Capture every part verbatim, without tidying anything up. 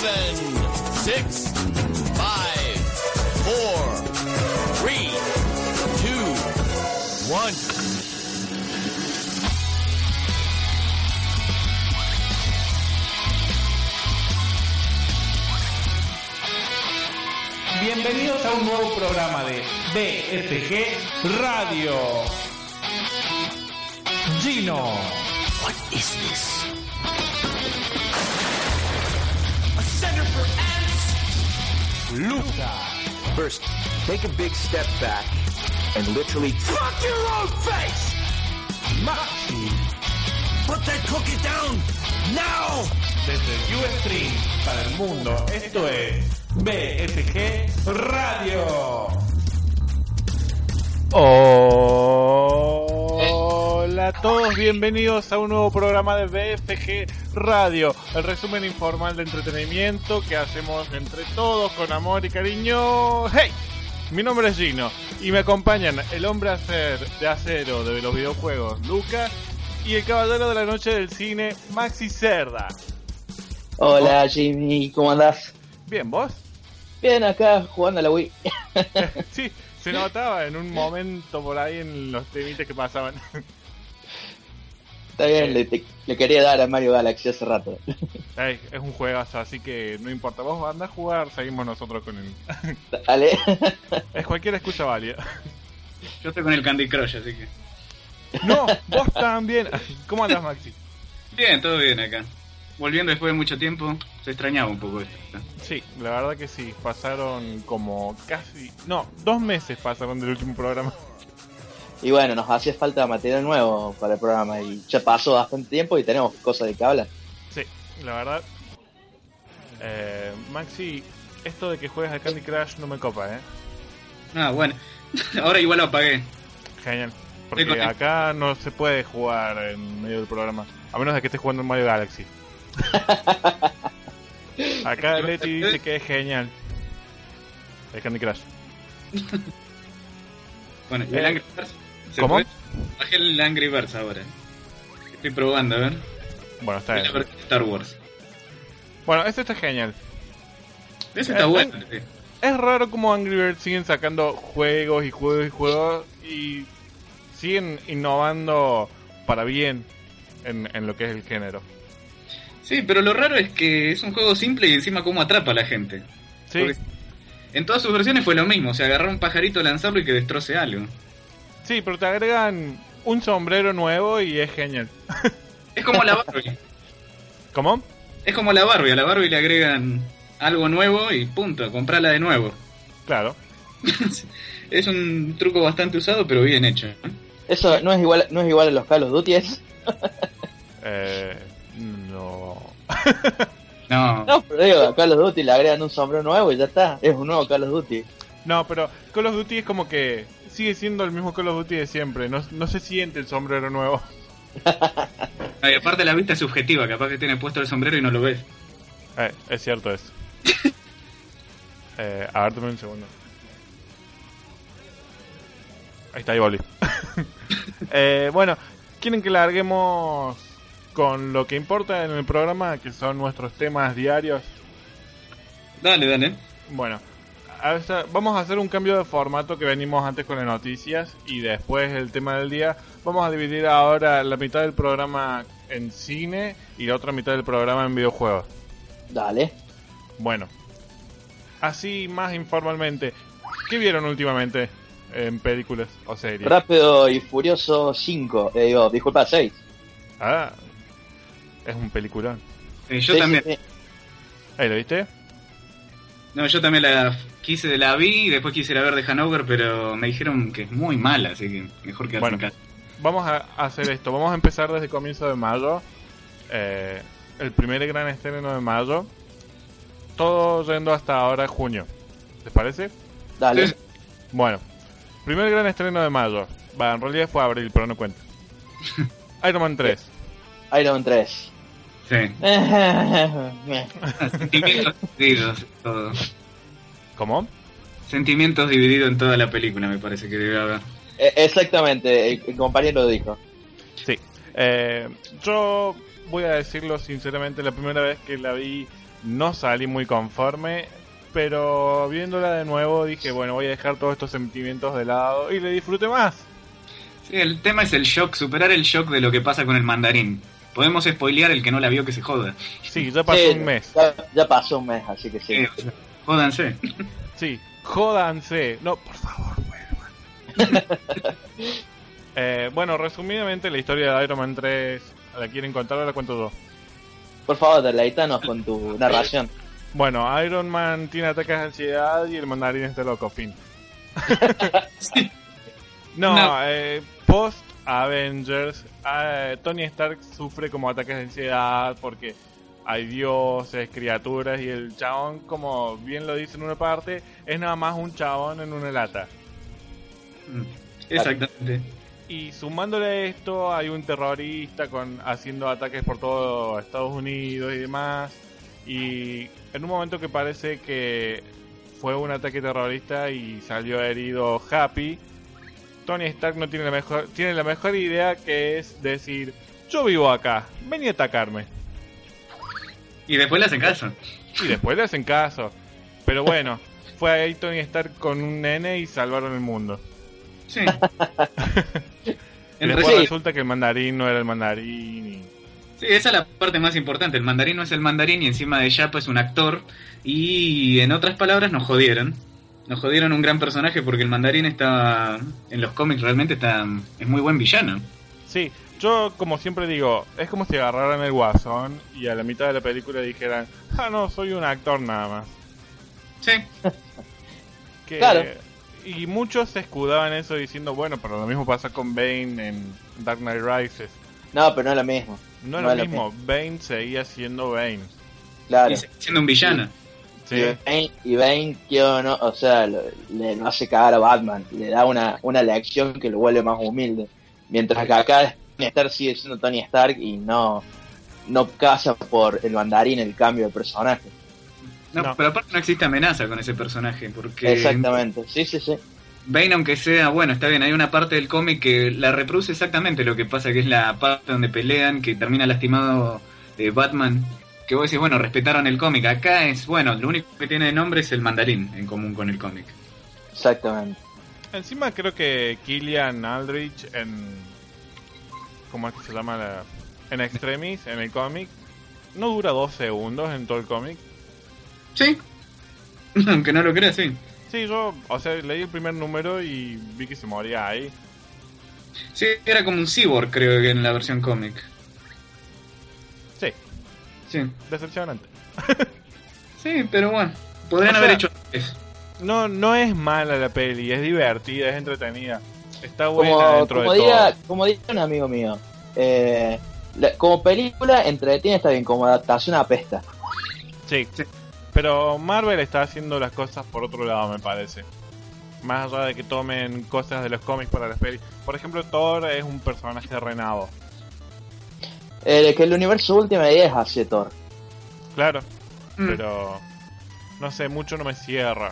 seven, six, five, four, three, two, one. Bienvenidos a un nuevo programa de B F G Radio. Gino. What is this? A center for ants? Luca. First, take a big step back and literally Fuck your own face! Maxi. Put that cookie down now! Desde Ustream para el mundo, esto es B F G Radio. Hola a todos, bienvenidos a un nuevo programa de B F G Radio, el resumen informal de entretenimiento que hacemos entre todos con amor y cariño. ¡Hey! Mi nombre es Gino y me acompañan el hombre acer, de acero de los videojuegos, Lucas, y el caballero de la noche del cine, Maxi Cerda. Hola Jimmy, ¿cómo andás? Bien, ¿vos? Bien, acá jugando a la Wii. Sí, se notaba en un momento por ahí en los temites que pasaban. Está bien, le, te, le quería dar a Mario Galaxy hace rato. Ey, es un juegazo, así que no importa. Vos andás a jugar, seguimos nosotros con él. Dale. Es cualquier excusa válida. Yo estoy con el Candy Crush, así que... No, vos también. ¿Cómo andás, Maxi? Bien, todo bien acá. Volviendo después de mucho tiempo, se extrañaba un poco esto. Sí, la verdad que sí. Pasaron como casi... No, dos meses pasaron del último programa. Y bueno, nos hacía falta material nuevo para el programa y ya pasó bastante tiempo y tenemos cosas de que hablar. Sí, la verdad. Eh, Maxi, esto de que juegues al Candy Crush no me copa, ¿eh? Ah, bueno. Ahora igual lo apagué. Genial. Porque acá no se puede jugar en medio del programa. A menos de que estés jugando en Mario Galaxy. Acá Leti dice que es genial el Candy Crush. Bueno, ¿y el eh, Angry Birds? ¿Se ¿Cómo? puede? Bajé el Angry Birds ahora. Estoy probando, a ver. Bueno, está bien. Voy a ver Star Wars. Bueno, este está genial. Ese está Eh, bueno. eh, Es raro como Angry Birds siguen sacando juegos y juegos y juegos y siguen innovando para bien en, en lo que es el género. Sí, pero lo raro es que es un juego simple y encima cómo atrapa a la gente. Sí. Porque en todas sus versiones fue lo mismo, o sea, agarrar un pajarito, lanzarlo y que destroce algo. Sí, pero te agregan un sombrero nuevo y es genial. Es como la Barbie. ¿Cómo? Es como la Barbie, a la Barbie le agregan algo nuevo y punto, comprala de nuevo. Claro. Es un truco bastante usado, pero bien hecho. Eso no es igual, no es igual a los Call of Duty, ¿es? Eh, no. No, No, pero digo, a Call of Duty le agregan un sombrero nuevo y ya está, es un nuevo Call of Duty. No, pero Call of Duty es como que sigue siendo el mismo Call of Duty de siempre. No, no se siente el sombrero nuevo. y aparte la vista es subjetiva, capaz que tiene puesto el sombrero y no lo ves. Eh, es cierto eso. eh, a ver, dame un segundo. Ahí está, ahí volví. eh, bueno, ¿quieren que larguemos con lo que importa en el programa, que son nuestros temas diarios? Dale, dale. Bueno, a ver, vamos a hacer un cambio de formato que venimos antes con las noticias y después el tema del día. Vamos a dividir ahora la mitad del programa en cine y la otra mitad del programa en videojuegos. Dale. Bueno, así más informalmente, ¿qué vieron últimamente en películas o series? Rápido y Furioso cinco, eh, digo, disculpa, seis. Ah, es un peliculón. Eh, yo Sí, también. sí, sí. ¿Ahí lo viste? No, yo también la quise, la vi y después quise ir a ver de Hanover, pero me dijeron que es muy mala, así que mejor quedarse Bueno, en casa. vamos a hacer esto. Vamos a empezar desde comienzo de mayo. Eh, el primer gran estreno de mayo. Todo yendo hasta ahora junio. ¿Les parece? Dale. Sí. Bueno, primer gran estreno de mayo. Va, en realidad fue abril, pero no cuenta. Iron Man tres. Iron Man tres. Sí. Sentimientos divididos, todo. ¿Cómo? Sentimientos divididos en toda la película, me parece que debe haber. Eh, Exactamente, el, el compañero lo dijo. Sí. Eh, yo voy a decirlo sinceramente, la primera vez que la vi no salí muy conforme, pero viéndola de nuevo dije, bueno, voy a dejar todos estos sentimientos de lado y le disfruté más. Sí, el tema es el shock, superar el shock de lo que pasa con el mandarín. Podemos spoilear el que no la vio que se joda. Sí, ya pasó Sí, un mes. Ya, ya pasó un mes, así que sí. Eh, jódanse. Sí, jódanse. No, por favor, vuelvan. eh, bueno, resumidamente la historia de Iron Man tres, ¿la quieren contar o la cuento yo? Por favor, deleítanos con tu narración. Bueno, Iron Man tiene ataques de ansiedad y el mandarín está loco, fin. Sí. No, No. Eh, post Avengers, eh, Tony Stark sufre como ataques de ansiedad porque hay dioses, criaturas y el chabón, como bien lo dice en una parte, es nada más un chabón en una lata. Exactamente. Y sumándole a esto, hay un terrorista con haciendo ataques por todo Estados Unidos y demás. Y en un momento que parece que fue un ataque terrorista y salió herido Happy, Tony Stark no tiene la mejor tiene la mejor idea, que es decir, yo vivo acá, ven y atacarme. Y después le hacen caso. Y después le hacen caso. Pero bueno, fue ahí Tony Stark con un nene y salvaron el mundo. Sí. Y En después resumen, resulta que el mandarín no era el mandarín y... sí, esa es la parte más importante. El mandarín no es el mandarín y encima de Yapa es un actor. Y en otras palabras nos jodieron. Nos jodieron un gran personaje porque el mandarín está... En los cómics realmente está... Es muy buen villano. Sí, yo como siempre digo, es como si agarraran el Guasón y a la mitad de la película dijeran, ah no, soy un actor nada más. Sí. Que... Claro. Y muchos se escudaban eso diciendo, bueno, pero lo mismo pasa con Bane en Dark Knight Rises. No, pero no es lo mismo. No es No lo es lo mismo, Bane seguía siendo Bane. Claro. Y siendo un villano. Sí, Y Bane, y Bane, que o no, o sea, lo- le no hace cagar a Batman, le da una, una lección que lo vuelve más humilde. Mientras que acá Tony Stark sigue siendo Tony Stark y no, no casa por el mandarín el cambio de personaje. No, No. pero aparte no existe amenaza con ese personaje. Porque Exactamente, sí, sí, sí. Bane, aunque sea, bueno, está bien, hay una parte del cómic que la reproduce exactamente lo que pasa, que es la parte donde pelean, que termina lastimado eh, Batman, que vos decís, bueno, respetaron el cómic. Acá es, bueno, lo único que tiene de nombre es el mandarín en común con el cómic. Exactamente. Encima creo que Killian Aldrich en... ¿Cómo es que se llama? La... En Extremis, en el cómic, no dura dos segundos en todo el cómic. Sí, aunque no lo creas, sí. Sí, yo, o sea, leí el primer número y vi que se moría ahí. Sí, era como un cyborg, creo que en la versión cómic. Sí, Sí, decepcionante. sí, pero bueno, podrían O haber sea, hecho antes. No, no es mala la peli, es divertida, es entretenida. Está buena Como, dentro como, de diga, todo. como diría un amigo mío, eh, la- como película entretiene está bien, como adaptación apesta. Sí. Sí. Pero Marvel está haciendo las cosas por otro lado, me parece. Más allá de que tomen cosas de los cómics para las pelis. Por ejemplo, Thor es un personaje renado. Eh, que el universo Ultimate es así de Thor. Claro, Mm. pero no sé, mucho no me cierra.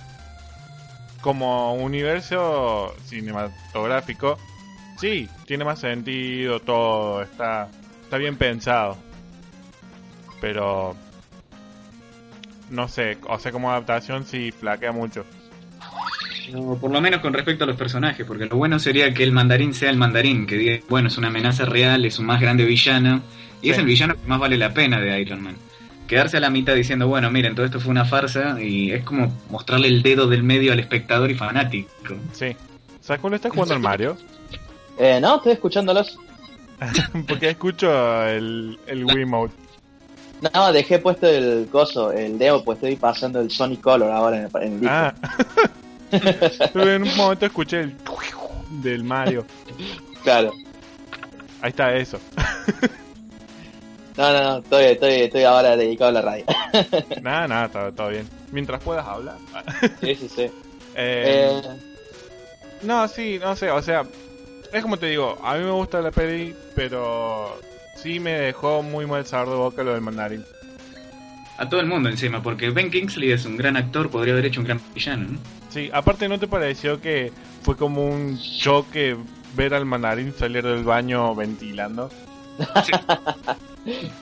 Como universo cinematográfico, sí, tiene más sentido todo, está, está bien pensado. Pero no sé, o sea, como adaptación sí flaquea mucho. O por lo menos con respecto a los personajes, porque lo bueno sería que el mandarín sea el mandarín, que diga, bueno, es una amenaza real, es un más grande villano, y Sí. es el villano que más vale la pena de Iron Man. Quedarse a la mitad diciendo, bueno, miren, todo esto fue una farsa, y es como mostrarle el dedo del medio al espectador y fanático. Sí. ¿Sabes cuándo estás jugando al Mario? Eh, no, estoy escuchándolos. Porque escucho el, el Wiimote. No, dejé puesto el coso, el demo, pues estoy pasando el Sonic Color ahora en el, en el disco. Ah. Pero en un momento escuché el del Mario. Claro. Ahí está eso. No, no, no, estoy, estoy, estoy ahora dedicado a la radio. Nada, nada, todo, todo bien. Mientras puedas hablar. Sí, sí, sí. Eh, Eh, No, sí, no sé, o sea, es como te digo, a mí me gusta la peli, pero sí me dejó muy mal sabor de boca lo del mandarín. A todo el mundo encima, porque Ben Kingsley es un gran actor, podría haber hecho un gran villano, ¿no? Sí, aparte, ¿no te pareció que fue como un choque ver al mandarín salir del baño ventilando?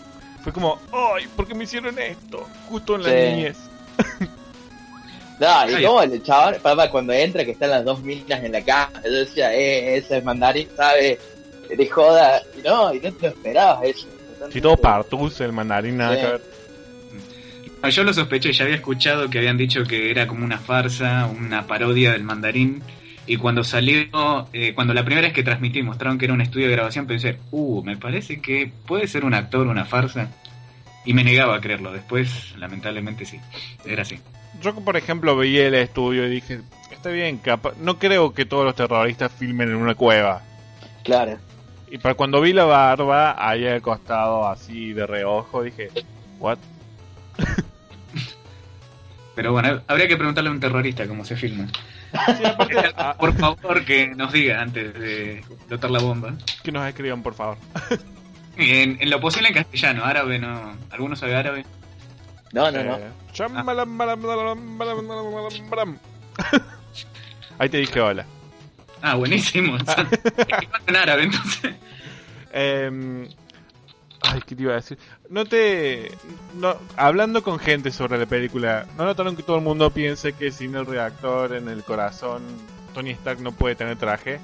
Fue como, ¡ay! ¿Por qué me hicieron esto? Justo en la Sí. niñez. No, y Ay. como el chaval, papá, cuando entra que están las dos minas en la cama, yo decía, eh, ese es mandarín, ¿sabe? De joda, y no, y no te lo esperabas eso. Si todo partus, el mandarín, nada Sí. que ver. Ah, yo lo sospeché, ya había escuchado que habían dicho que era como una farsa, una parodia del mandarín. Y cuando salió, eh, cuando la primera vez que transmití mostraron que era un estudio de grabación, pensé, uh, me parece que puede ser un actor, una farsa. Y me negaba a creerlo. Después, lamentablemente, sí, era así. Yo, por ejemplo, vi el estudio y dije, está bien, capa- no creo que todos los terroristas filmen en una cueva. Claro. Y para cuando vi la barba ahí al costado, así de reojo, dije, ¿what? Pero bueno, habría que preguntarle a un terrorista cómo se filma. Sí, aparte, a- Por favor, que nos diga antes de explotar la bomba. que nos escriban, por favor. En, en lo posible en castellano, árabe no. ¿Alguno sabe árabe? No, no, no. Eh, chambalam, balam, balam, balam, balam, balam, balam. Ahí te dije hola. Ah, buenísimo. En árabe, entonces. Eh, ay, ¿qué te iba a decir? No te... No, hablando con gente sobre la película, ¿no notaron que todo el mundo piense que sin el reactor en el corazón Tony Stark no puede tener traje?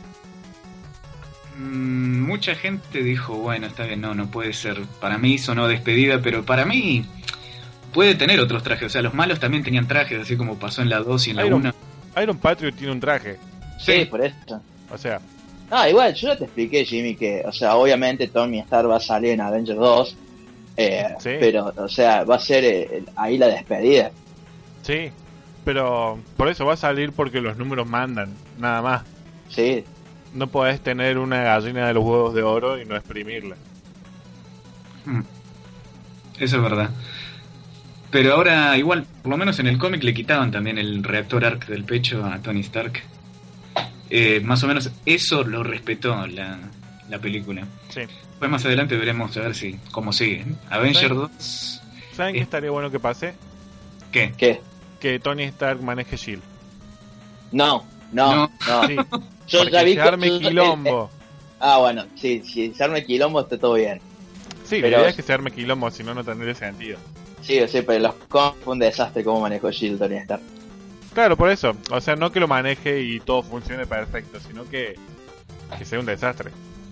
Mm, mucha gente dijo, bueno, está bien, no, no puede ser. Para mí sonó despedida, pero para mí puede tener otros trajes. O sea, los malos también tenían trajes, así como pasó en la dos y en la Iron, uno. Iron Patriot tiene un traje. Sí, por eso. O sea, Ah, igual, yo ya te expliqué, Jimmy, que, o sea, obviamente Tony Stark va a salir en Avengers dos, eh, Sí. pero, o sea, va a ser eh, ahí la despedida. sí. Pero por eso va a salir porque los números mandan, nada más. Sí, No podés tener una gallina de los huevos de oro y no exprimirla. Mm. Eso es verdad. Pero ahora, igual, por lo menos en el cómic le quitaban también el reactor arc del pecho a Tony Stark. Eh, más o menos eso lo respetó la, la película. Sí. Pues más adelante veremos a ver si cómo sigue. Avengers Sí. dos. ¿Saben Eh. qué estaría bueno que pase? ¿Qué? ¿qué? Que Tony Stark maneje S H I E L D. No, no, No. no. Sí, Yo porque ya vi se arme yo- yo- quilombo. eh, eh, ah, bueno, sí, si se arma quilombo está todo bien. Sí, pero- la idea es que se arme quilombo, si no, no tendría sentido. Sí, sí, pero los cómics fue un desastre cómo manejó S H I E L D Tony Stark. Claro, por eso. O sea, no que lo maneje y todo funcione perfecto, sino que, que sea un desastre.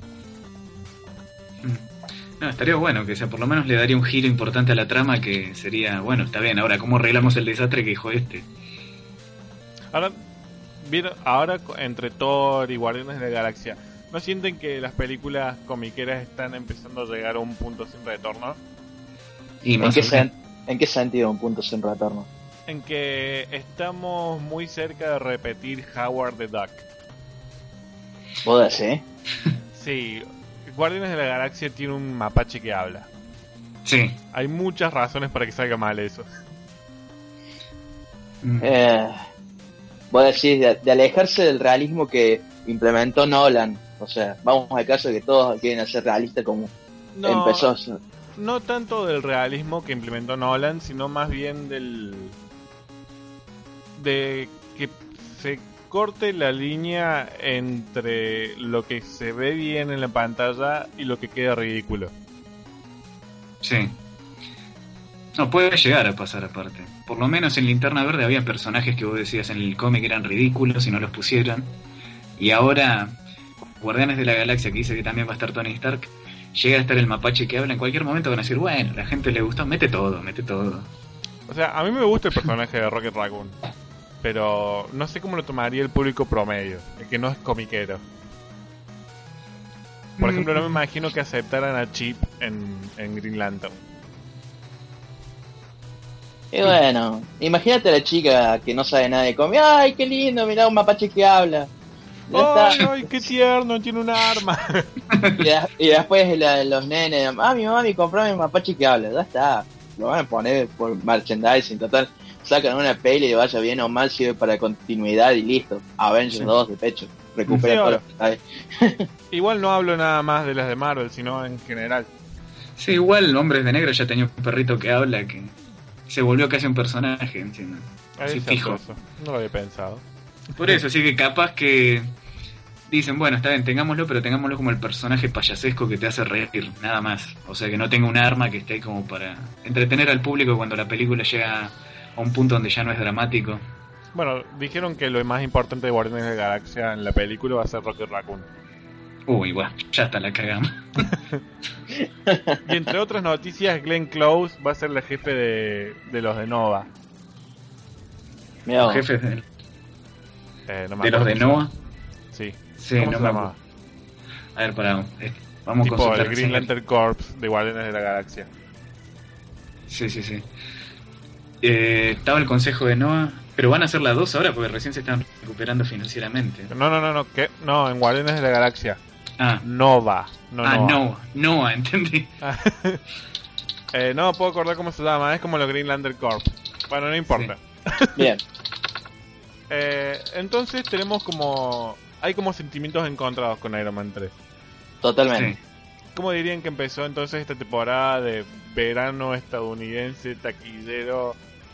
No, estaría bueno, que sea, por lo menos le daría un giro importante a la trama que sería, bueno, está bien, ahora cómo arreglamos el desastre que dijo este. Ahora, ¿vieron? Ahora co- entre Thor y Guardianes de la Galaxia, ¿no sienten que las películas comiqueras están empezando a llegar a un punto sin retorno? Y ¿En más qué, o menos- sen- ¿En qué sentido un punto sin retorno? En que estamos muy cerca de repetir Howard the Duck. ¿Vos decís? Sí, Guardianes de la Galaxia tiene un mapache que habla. Sí. Hay muchas razones para que salga mal eso. Mm. Eh, vos decís de, de alejarse del realismo que implementó Nolan. O sea, vamos al caso de que todos quieren hacer realista como No, empezó. a ser. no tanto del realismo que implementó Nolan, sino más bien del... de que se corte la línea entre lo que se ve bien en la pantalla y lo que queda ridículo. Sí. No, puede llegar a pasar aparte. Por lo menos en Linterna Verde había personajes que vos decías en el cómic eran ridículos y no los pusieron. Y ahora, Guardianes de la Galaxia, que dice que también va a estar Tony Stark, llega a estar el mapache que habla, en cualquier momento van a decir, bueno, la gente le gustó, mete todo, mete todo. O sea, a mí me gusta el personaje de Rocket Raccoon, pero no sé cómo lo tomaría el público promedio, el que no es comiquero. Por ejemplo, no me imagino que aceptaran a Chip en, en Green Lantern. Y bueno, imagínate a la chica que no sabe nada de cómic. ¡Ay, qué lindo! Mirá un mapache que habla. Ya ¡Ay, está. ay, qué tierno! Tiene un arma. Y, de- y después la- los nenes, mami, mami, comprame un mapache que habla. Ya está. Lo van a poner por merchandising, total. Sacan una peli y vaya bien o mal, sirve para continuidad y listo. Avengers Sí. dos de pecho. Recupera Sí, todo ahora. lo que está. Igual no hablo nada más de las de Marvel, sino en general. Sí, igual Hombres de Negro ya tenía un perrito que habla que se volvió casi un personaje encima. Ahí Sí, está fijo. eso. No lo había pensado. Por eso, así que capaz que dicen, bueno, está bien, tengámoslo, pero tengámoslo como el personaje payasesco que te hace reír, nada más. O sea, que no tenga un arma que esté ahí como para entretener al público cuando la película llega a un punto donde ya no es dramático. Bueno, dijeron que lo más importante de Guardianes de la Galaxia en la película va a ser Rocket Raccoon. Uy, bueno, ya está, la cagamos. Y entre otras noticias, Glenn Close va a ser la jefe de, de los de Nova. Mirá Los vos. jefes de, Eh, no me de los acuerdo de cómo se Noah. llama. Sí. Sí, ¿Cómo no se me llamaba? acuerdo. A ver, pará, eh, vamos a Tipo consultar. el Green sí. Lantern Corps de Guardianes de la Galaxia. Sí, sí, sí. Eh, estaba el consejo de Noah, pero van a hacer la dos ahora porque recién se están recuperando financieramente. No, no, no, no, ¿qué? No, en Guardianes de la Galaxia. Ah, Nova, no ah, Noah. Noah, Noah, entendí. eh, no puedo acordar cómo se llama, es como los Green Lantern Corps. Bueno, no importa. Bien. Eh, entonces tenemos como... Hay como sentimientos encontrados con Iron Man tres. Totalmente. Sí. ¿Cómo dirían que empezó entonces esta temporada de verano estadounidense taquillero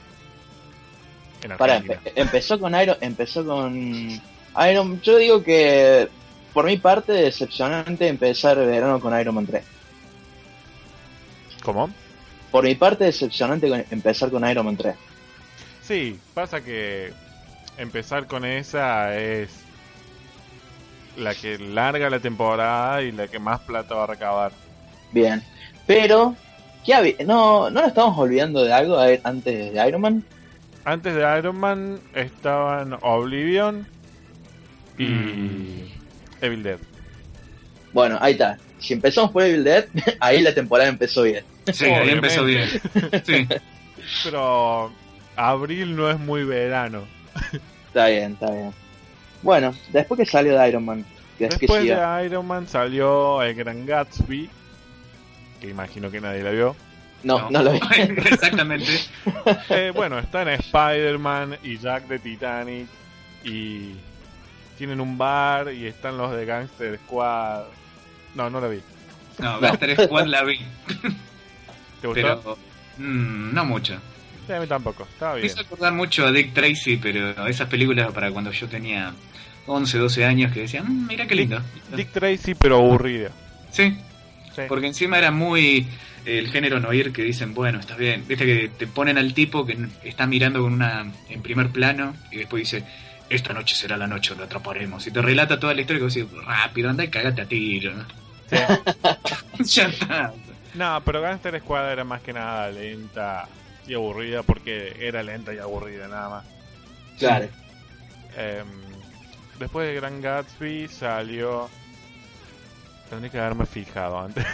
en Pará, Argentina? empe- empezó con Iron, empezó con Iron, yo digo que por mi parte decepcionante empezar el verano con Iron Man tres. ¿Cómo? Por mi parte decepcionante con- empezar con Iron Man tres. Sí, pasa que empezar con esa es la que larga la temporada y la que más plata va a recabar. Bien. Pero ¿qué había? No, no nos estamos olvidando de algo a- antes de Iron Man. Antes de Iron Man estaban Oblivion y Mm. Evil Dead. Bueno, ahí está. Si empezamos por Evil Dead, ahí la temporada empezó bien. Sí, ahí Obviamente. empezó bien. Sí. Pero abril no es muy verano. Está bien, está bien. Bueno, después que salió de Iron Man, que es que Después siga. de Iron Man salió El Gran Gatsby, que imagino que nadie la vio. No, no, lo vi. Exactamente. Eh, bueno, están Spider-Man y Jack de Titanic y tienen un bar y están los de Gangster Squad. No, no la vi. No, Gangster Squad la vi, ¿Te gustó? pero mm, no mucho. Sí, a mí tampoco, estaba Me bien. hizo acordar mucho a Dick Tracy, pero esas películas para cuando yo tenía once, doce años que decían, mmm, mira qué lindo. Dick Tracy, pero aburrida. Sí, Sí. porque encima era muy eh, el género noir que dicen, bueno, está bien. Viste que te ponen al tipo que está mirando con una en primer plano y después dice, esta noche será la noche, lo atraparemos. Y te relata toda la historia que vos decís, rápido, anda y cagate a tiro. Sí. Ya está. No, pero Gangster Squad era más que nada lenta y aburrida porque era lenta y aburrida nada más. Claro. Em, después de Gran Gatsby salió... Tendría que haberme fijado antes.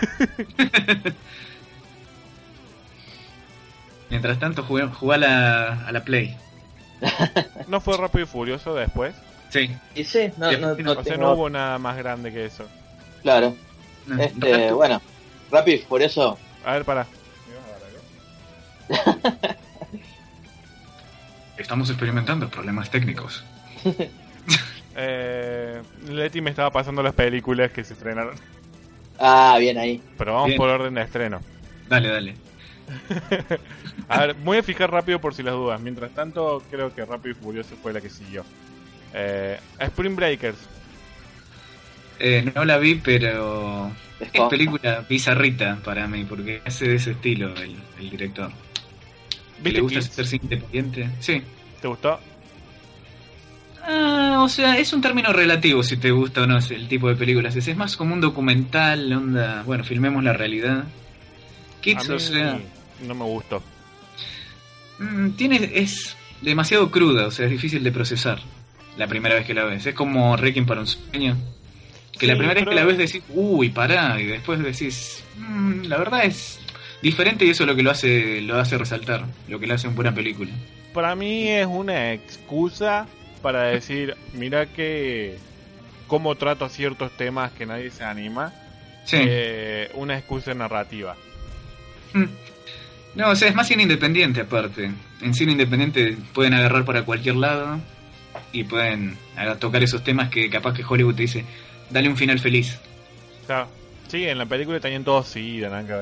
Mientras tanto, jugué, jugué a, la, a la Play. ¿No fue Rápido y Furioso después? Sí. Y sí, no, no, no O sea, tengo- no hubo nada más grande que eso. Claro. No, Este, bueno, rápido, por eso. A ver, para. Estamos experimentando problemas técnicos. Eh, Leti me estaba pasando las películas que se estrenaron. Ah, bien ahí. Pero vamos Bien. por orden de estreno. Dale, dale. A ver, voy a fijar rápido por si las dudas. Mientras tanto, creo que Rápido y Furioso fue la que siguió. Eh, Spring Breakers. Eh, no la vi, pero Es es como- película bizarrita para mí, porque hace de ese estilo el, el director. ¿Que ¿Viste ¿Le gusta Kids? ser cine independiente? Sí. ¿Te gustó? Ah, o sea, es un término relativo si te gusta o no es el tipo de películas. Es, es más como un documental, onda, bueno, filmemos la realidad. Kids, A mí o sea, no me gustó. mm, tiene, es demasiado cruda, o sea, es difícil de procesar la primera vez que la ves. Es como Requiem para un sueño. Que la Sí, primera pero- vez que la ves decís, uy, pará, y después decís, "Mm, la verdad es diferente y eso es lo que lo hace, lo hace resaltar, lo que le hace una buena película. Para mí es una excusa para decir, mira que cómo trato ciertos temas que nadie se anima. Sí. Eh, una excusa narrativa. Mm. No, o sea, es más cine independiente aparte. En cine independiente pueden agarrar para cualquier lado y pueden haga- tocar esos temas que capaz que Hollywood te dice, dale un final feliz. O sea, sí, en la película tenían todos sí, nada que ver.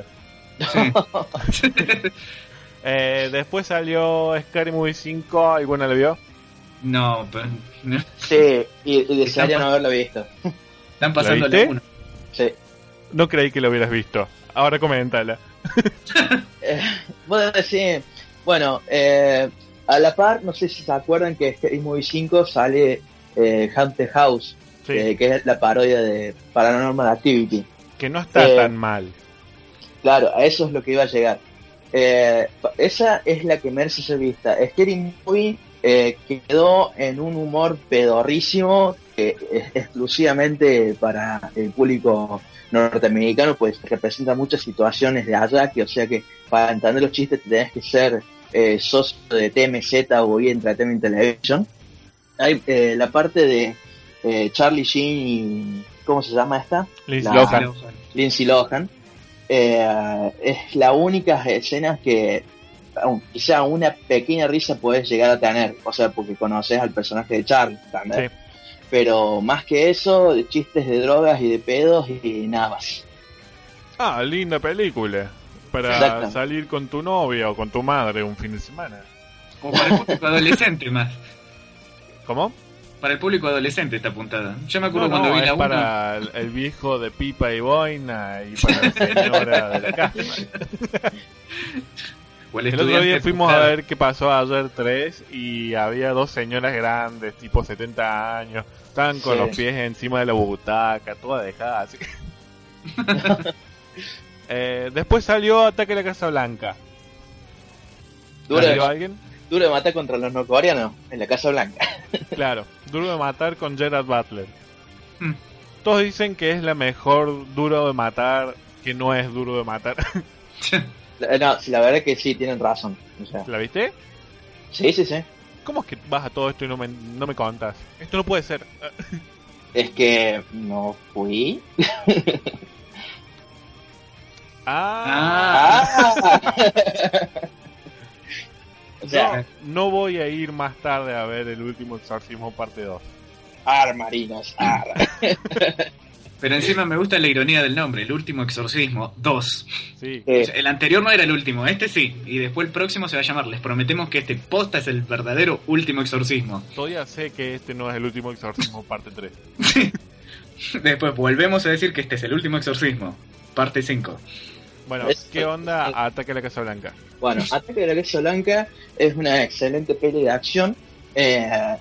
Sí. Eh, después salió Scary Movie cinco, ¿alguna lo vio? No, pero... no. Sí, y, y desearía no haberlo visto. Están pasando viste? uno. Sí. No creí que lo hubieras visto. Ahora coméntala. Eh, vos decís, bueno, eh, a la par, no sé si se acuerdan que Scary Movie cinco sale eh, Haunted House, Sí, eh, que es la parodia de Paranormal Activity. que no está eh, tan mal. Claro, a eso es lo que iba a llegar. Eh, esa es la que merece ser vista. Scary Movie eh, quedó en un humor pedorrísimo que es exclusivamente para el público norteamericano, pues representa muchas situaciones de allá, que o sea que para entender los chistes tenés que ser eh, socio de T M Z o E! Entertainment Television. Hay eh, la parte de eh, Charlie Sheen y... ¿cómo se llama esta? Lindsay La- Lohan. Lindsay Lohan. Eh, es la única escena que aunque quizá una pequeña risa puedes llegar a tener, o sea, porque conoces al personaje de Charlie también. Sí. Pero más que eso, de chistes de drogas y de pedos y nada más. Ah, linda película. Para Exacto. salir con tu novia o con tu madre un fin de semana. Como para el público adolescente más. ¿Cómo? Para el público adolescente está apuntada. Yo me acuerdo No, no, cuando vi es la uno. para el, el viejo de pipa y boina y para la señora de la casa. O el El otro estudiante día fuimos a frustrado. ver qué pasó ayer tres y había dos señoras grandes, tipo setenta años. Estaban con Sí. los pies encima de la butaca, toda dejada así. eh, después salió Ataque a la Casa Blanca. Duro ¿La de, vio ma- alguien? duro de matar contra los norcoreanos en la Casa Blanca. Claro, Duro de Matar con Gerard Butler. Hmm. Todos dicen que es la mejor Duro de Matar, que no es Duro de Matar. Eh, No, sí, la verdad que sí, tienen razón. O sea, ¿La viste? sí, sí, sí. ¿Cómo es que vas a todo esto y no me, no me contas? Esto no puede ser. Es que no fui. Ah, Ah. O sea, no, no voy a ir más tarde a ver El Último Exorcismo parte dos. ar, marinos, ar. Pero encima me gusta la ironía del nombre, El Último Exorcismo dos. Sí. Eh, O sea, el anterior no era el último, este sí. Y después el próximo se va a llamar, les prometemos que este posta es el verdadero último exorcismo. Todavía sé que este no es El Último Exorcismo parte tres. Después volvemos a decir que este es el último exorcismo, parte cinco. Bueno, Es- ¿qué onda Ataque a la Casa Blanca? Bueno, Ataque de la Casa Blanca es una excelente peli de acción. eh,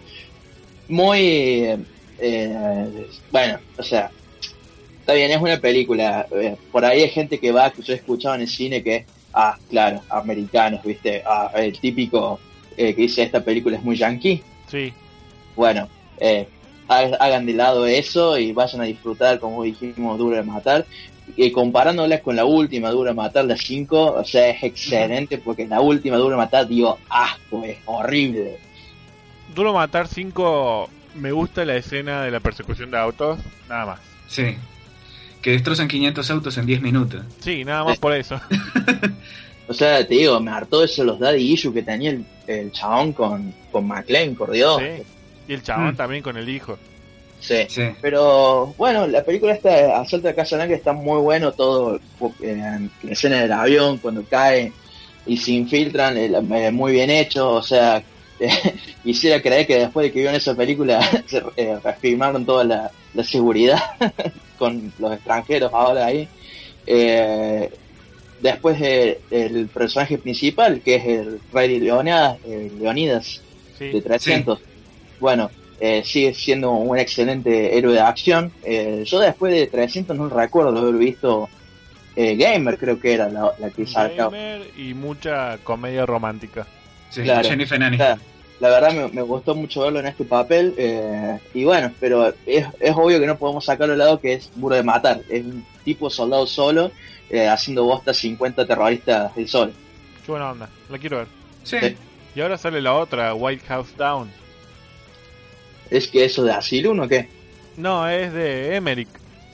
muy. eh, bueno, o sea, está bien, es una película. eh, por ahí hay gente que va, que yo he escuchado en el cine que es, ah, claro, americanos, ¿viste? Ah, el típico eh, que dice esta película es muy yankee. Sí, Bueno, eh, ha- hagan de lado eso y vayan a disfrutar, como dijimos, Duro de Matar. Y comparándolas con la última Duro de Matar, la cinco, o sea, es excelente porque la última Duro de Matar dio asco, es horrible. Duro de Matar cinco, me gusta la escena de la persecución de autos, nada más. Sí. Que destrozan quinientos autos en diez minutos. Sí, nada más por eso. O sea, te digo, me hartó eso los daddy issues que tenía el, el chabón con, con McLean, por Dios. Sí. Y el chabón Mm. también con el hijo. Sí. Sí. Pero bueno, la película esta, Asalto a la Casa Blanca, está muy bueno todo, eh, la escena del avión, cuando cae y se infiltran, eh, eh, muy bien hecho, o sea, eh, quisiera creer que después de que vieron esa película se eh, reafirmaron toda la, la seguridad con los extranjeros ahora ahí. Eh, después eh, el personaje principal, que es el Ray Leonidas, eh, Leonidas Sí. de trescientos, bueno, eh, sigue siendo un excelente héroe de acción. Eh, yo después de trescientos no recuerdo de haber visto eh, Gamer, creo que era la, la que sacaba. Gamer y mucha comedia romántica. Sí, Claro. Jennifer O Aniston. sea, la verdad me, me gustó mucho verlo en este papel, eh, y bueno, pero es, es obvio que no podemos sacarlo de lado que es Duro de Matar. Es un tipo soldado solo, eh, haciendo bosta a cincuenta terroristas del sol. Qué buena onda, la quiero ver. Sí. Sí. Y ahora sale la otra, White House Down. ¿Es que eso de Asylum o qué? No, es de Emmerich.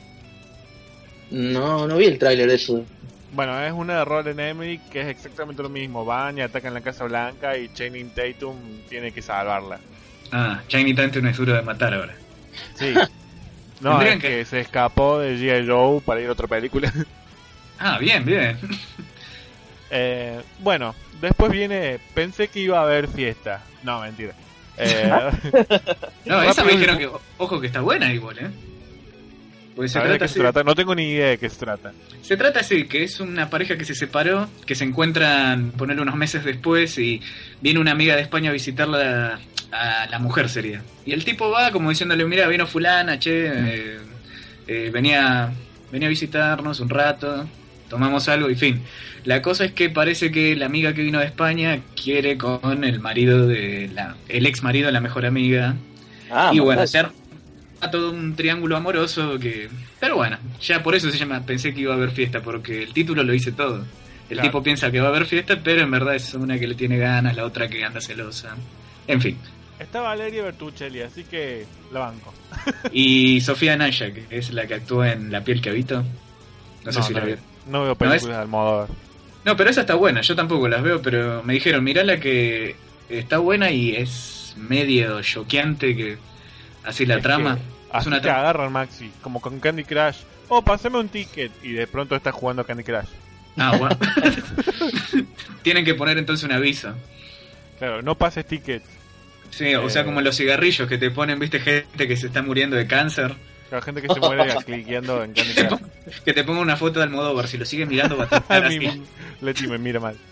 No, no vi el tráiler de eso. Bueno, es una de Roland Emmerich que es exactamente lo mismo. Van y atacan la Casa Blanca y Channing Tatum tiene que salvarla. Ah, Channing Tatum es duro de matar ahora. Sí. No, Tendrían es que- que se escapó de G I. Joe para ir a otra película. Ah, bien, bien. Eh, bueno, después viene... Pensé que iba a haber fiesta. No, mentira. Eh, No, esa Rápido me y dijeron Fu- que, o- ojo que está buena igual, ¿eh? Pues se a ver de trata, qué se así, trata. No tengo ni idea de qué se trata. se trata así, que es una pareja que se separó, que se encuentran, ponerle unos meses después, y viene una amiga de España a visitarla, a la mujer sería. Y el tipo va como diciéndole, mira, vino fulana, che, eh, eh, venía, venía a visitarnos un rato, tomamos algo y fin. La cosa es que parece que la amiga que vino de España quiere con el marido de la, el ex marido de la mejor amiga. Ah, y bueno, mortal. se arma todo un triángulo amoroso que... Pero bueno, ya por eso se llama Pensé que iba a haber fiesta, porque el título lo dice todo. El Claro. tipo piensa que va a haber fiesta, pero en verdad es una que le tiene ganas, la otra que anda celosa. En fin. Está Valeria Bertuccelli, así que la banco. Y Sofía Naya, que es la que actúa en La piel que habito. No sé si no, la no, vieron. no veo es- películas de Almodóvar. No, pero esa está buena, yo tampoco las veo, pero me dijeron, mirá la que está buena y es medio choqueante, que así la Es trama. que Es así una te trama. agarran, Maxi, como con Candy Crush. Oh, pasame un ticket. Y de pronto estás jugando Candy Crush. Ah, bueno. Tienen que poner entonces un aviso. Claro, no pases ticket. Sí, o Eh. sea, como los cigarrillos que te ponen, viste, gente que se está muriendo de cáncer. La gente que se muere cliqueando en Candy Crush. Que te ponga una foto de Almodóvar, si lo sigues mirando va a A estar mí, así. Leti me mira mal.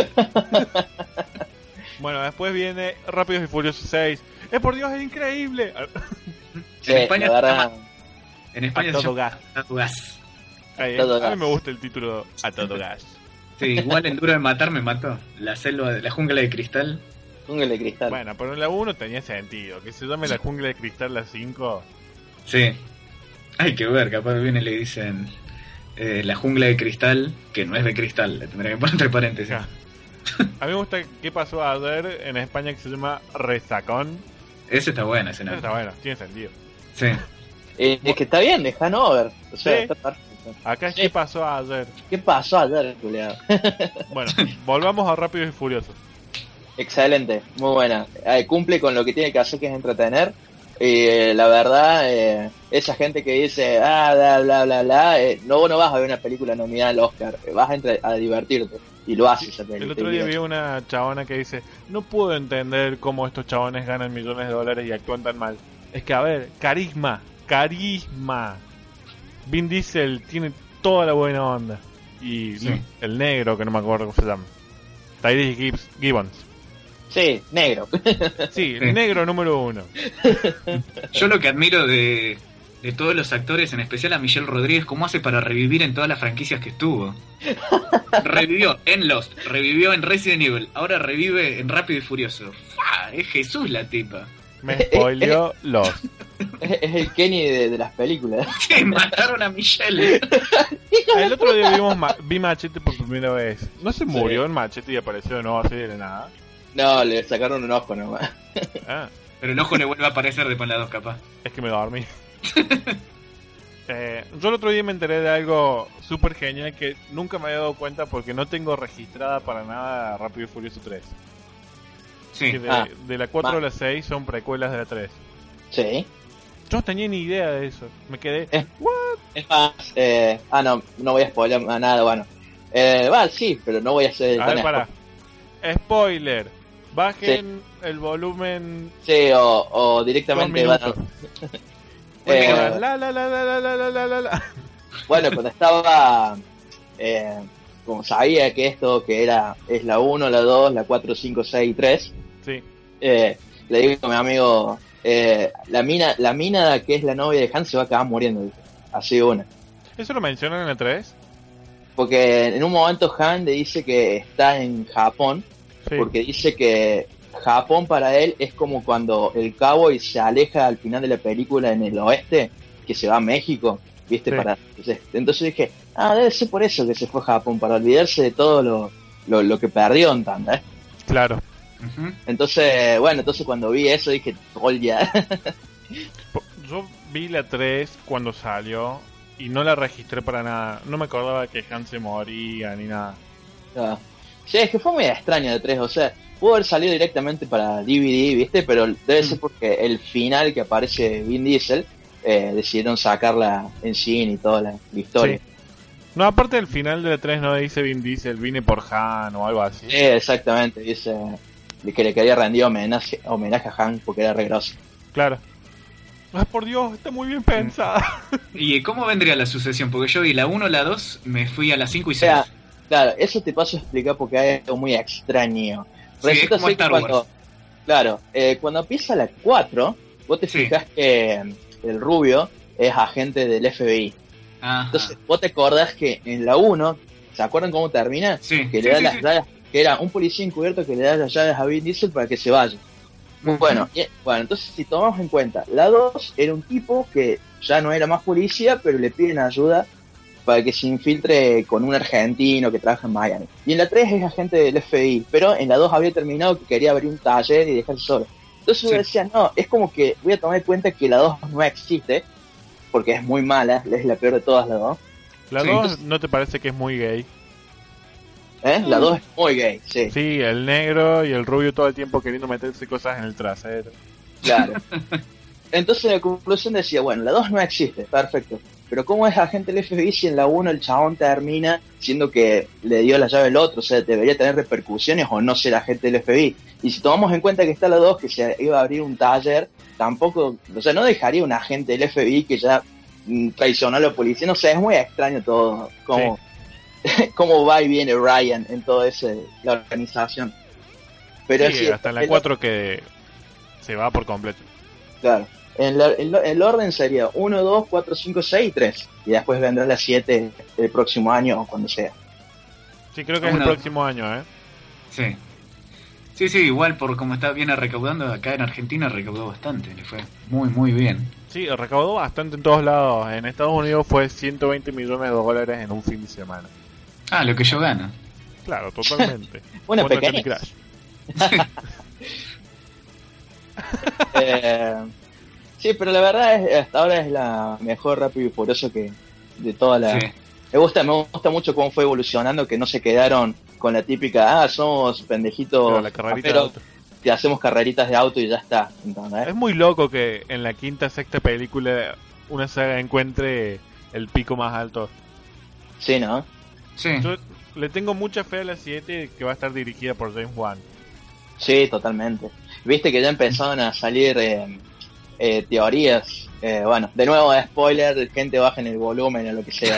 Bueno, después viene Rápidos y Furiosos seis. ¡Eh, por Dios, es increíble! Sí, En España, la verdad, en España A se todo llama gas. A todo gas. Ay, Todo a mí gas. me gusta el título A todo gas. Sí, igual en Duro de Matar me mató. La selva, de la jungla de cristal. jungla de cristal. Bueno, pero en la uno tenía sentido. Que se llame La Jungla de Cristal la cinco. Sí. Hay que ver, capaz viene y le dicen eh, la jungla de cristal, que no es de cristal, le tendría que poner entre paréntesis. Ja. A mí me gusta qué pasó ayer en España, que se llama Resacón. Ese está bueno, ese Eso no. está bueno, tiene sentido. Sí. Eh, es que está bien, de Hanover. O sea, Sí. está perfecto. Acá es Sí. qué pasó ayer. ¿Qué pasó ayer, culiado? Bueno, volvamos a Rápidos y Furiosos. Excelente, muy buena. Eh, cumple con lo que tiene que hacer, que es entretener. Y eh, la verdad, eh, esa gente que dice, ah, bla, bla, bla, bla, eh, no, no vas a ver una película nominada al Oscar, eh, vas a, entre- a divertirte. Y lo hace esa película. El otro día vi una chabona que dice: no puedo entender cómo estos chabones ganan millones de dólares y actúan tan mal. Es que, a ver, carisma, carisma. Vin Diesel tiene toda la buena onda. Y Sí. el negro, que no me acuerdo cómo se llama, Tyrese Gibbs, Gibbons. Sí, negro. Sí, Sí. el negro número uno. Yo lo que admiro de, de todos los actores, en especial a Michelle Rodríguez, cómo hace para revivir en todas las franquicias que estuvo. Revivió en Lost, revivió en Resident Evil, ahora revive en Rápido y Furioso. ¡Fua! Es Jesús la tipa. Me spoileó Lost. Es es el Kenny de, de las películas. Sí, mataron a Michelle. El otro día vimos ma- vi Machete por primera vez. ¿No se murió en Machete y apareció de nuevo así de la nada? No, le sacaron un ojo nomás. Ah, Pero el ojo le vuelve a aparecer después en la dos, capaz. es que me dormí. Eh, yo el otro día me enteré de algo súper genial que nunca me había dado cuenta porque no tengo registrada para nada Rápido y Furioso tres. Sí. Que de, Ah, de la cuatro va. a la seis son precuelas de la tres. Sí. Yo no tenía ni idea de eso. Me quedé... Eh. ¿What? Es más, eh, ah, no, no voy a spoiler a nada, bueno. Eh, va, sí, pero no voy a hacer A tan ver, para. Spoiler. Bajen el volumen Sí, o, o dos directamente van a- minutos. Eh, La, la, la, la, la, la, la, la, la, la. Bueno, cuando estaba, eh, como sabía que esto que era, es la uno, la dos, la cuatro, cinco, seis y tres, Sí. eh, le digo a mi amigo, eh, la mina, la mina que es la novia de Han se va a acabar muriendo, dije. Así de una. ¿Eso lo mencionan en el tres? Porque en un momento Han le dice que está en Japón, Sí. porque dice que Japón para él es como cuando el cowboy se aleja al final de la película en el oeste, que se va a México, ¿viste? Sí. Para entonces, entonces dije, ah, debe ser por eso que se fue a Japón, para olvidarse de todo lo, lo, lo que perdió en tanda, ¿eh? Claro. Ujú. Entonces, bueno, entonces cuando vi eso dije, gol ya. Po- Yo vi la tres cuando salió y no la registré para nada. No me acordaba que Han se moría ni nada. Ah. Sí, es que fue muy extraño de tres, o sea, pudo haber salido directamente para D V D, ¿viste? Pero debe ser porque el final que aparece Vin Diesel, eh, decidieron sacarla en cine y toda la, la historia. Sí. No, aparte del final de la tres no dice Vin Diesel, vine por Han o algo así. Sí, exactamente, dice, que le quería rendir homenaje, homenaje a Hank porque era re grosso. Claro. Ay, por Dios, está muy bien pensada. ¿Y cómo vendría la sucesión? Porque yo vi la uno, la dos, me fui a la cinco y O seis. sea, claro, eso te paso a explicar porque hay algo muy extraño. Sí, es como ser Star que cuando, Wars. claro, eh, cuando empieza la cuatro, vos te Sí. fijas que el rubio es agente del F B I. Ajá. Entonces, vos te acordás que en la uno, ¿se acuerdan cómo termina? Sí, Que sí, le da sí, las sí. llaves, que era un policía encubierto que le da las llaves a Vin Diesel para que se vaya. Muy bueno. Y- bueno, entonces si tomamos en cuenta, la dos era un tipo que ya no era más policía, pero le piden ayuda para que se infiltre con un argentino que trabaja en Miami. Y en la tres es agente del F B I, pero en la dos había terminado que quería abrir un taller y dejarse solo. Entonces yo Sí. decía, no, es como que voy a tomar en cuenta que la dos no existe, porque es muy mala, es la peor de todas la dos. La Sí, dos, entonces- ¿no te parece que es muy gay? ¿Eh? La dos es muy gay, sí, Sí, el negro y el rubio todo el tiempo queriendo meterse cosas en el trasero. claro. Entonces la conclusión decía, bueno, la dos no existe, perfecto. Pero ¿cómo es agente del F B I si en la uno el chabón termina siendo que le dio la llave al otro? O sea, debería tener repercusiones o no ser agente del F B I. Y si tomamos en cuenta que está la dos, que se iba a abrir un taller, tampoco, o sea, no dejaría un agente del F B I que ya mm, traicionó a la policía. No sé, es muy extraño todo, cómo, cómo va y viene Ryan en toda ese, la organización. Pero Sí, sí, hasta en la el- cuatro que se va por completo. Claro. En la- el, el orden sería uno, dos, cuatro, cinco, seis y tres. Y después vendrá la siete el próximo año o cuando sea. Sí, creo que es Una- el próximo año, ¿eh? Sí. Sí, sí, igual por como está bien recaudando, acá en Argentina recaudó bastante, le fue muy, muy bien. Sí, recaudó bastante en todos lados. En Estados Unidos fue ciento veinte millones de dólares en un fin de semana. Ah, lo que yo gano. Claro, totalmente. Una Jugando a pequeña. Candy Crush. Eh, sí, pero la verdad es hasta ahora es la mejor Rápido y Furioso que de toda la... Sí. Me gusta, me gusta mucho cómo fue evolucionando, que no se quedaron con la típica, ah, somos pendejitos, Pero la carrerita de pero auto. te hacemos carreritas de auto y ya está. ¿Entendés? Es muy loco que en la quinta, sexta película una saga encuentre el pico más alto. Sí, ¿no? Sí. Yo le tengo mucha fe a la siete que va a estar dirigida por James Wan. Sí, totalmente. Viste que ya empezaron a salir eh, eh, teorías. Eh, bueno, de nuevo, spoiler, gente baja en el volumen o lo que sea.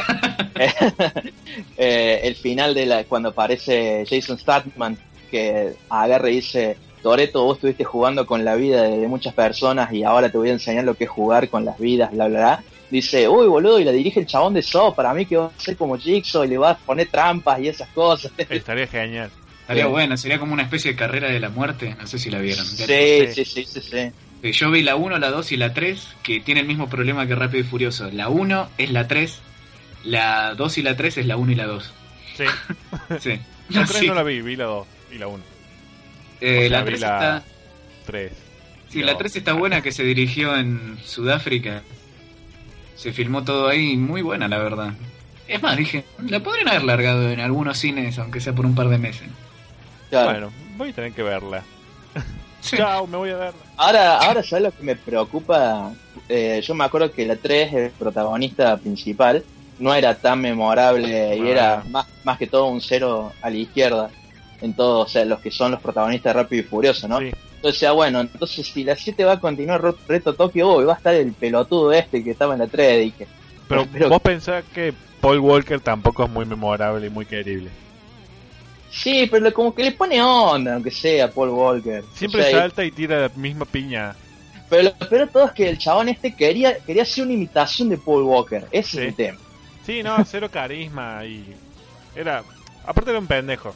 eh, el final de la cuando aparece Jason Statham, que agarra y dice, Toretto, vos estuviste jugando con la vida de, de muchas personas y ahora te voy a enseñar lo que es jugar con las vidas, bla, bla, bla. Dice, uy, boludo, y la dirige el chabón de Saw, para mí que va a ser como Jigsaw y le va a poner trampas y esas cosas. Estaría genial. Estaría Sí. bueno, sería como una especie de carrera de la muerte, no sé si la vieron. Sí, sí. sí, sí, sí, sí. Eh, Yo vi la uno, la dos y la tres, que tiene el mismo problema que Rápido y Furioso. La uno es la tres, la dos y la tres es la uno y la dos. Sí. Sí. La tres Sí. no la vi, vi la dos y la uno. Eh, O sea, la vi tres la está... tres. Sí, No. la tres está buena, que se dirigió en Sudáfrica. Se filmó todo ahí, muy buena la verdad. Es más, dije, la podrían haber largado en algunos cines, aunque sea por un par de meses. Claro. Bueno, voy a tener que verla. Sí. Chao, me voy a verla. Ahora, ahora ¿sabes lo que me preocupa? Eh, yo me acuerdo que la tres, el protagonista principal, no era tan memorable y Ah. era más, más que todo un cero a la izquierda en todos, o sea, los que son los protagonistas de Rápido y Furioso, ¿no? Sí. Entonces, ah, bueno, entonces si la siete va a continuar Ro- Reto Tokio, oh, y va a estar el pelotudo este que estaba en la tres, dije. Pero, Pero- vos pensás que Paul Walker tampoco es muy memorable y muy querible. Sí, pero como que le pone onda, aunque sea Paul Walker. Siempre O sea, y- salta y tira la misma piña. Pero lo peor de todo es que el chabón este quería, quería hacer una imitación de Paul Walker, ese Sí. es el tema. Sí, no, cero carisma y... Era... Aparte era un pendejo.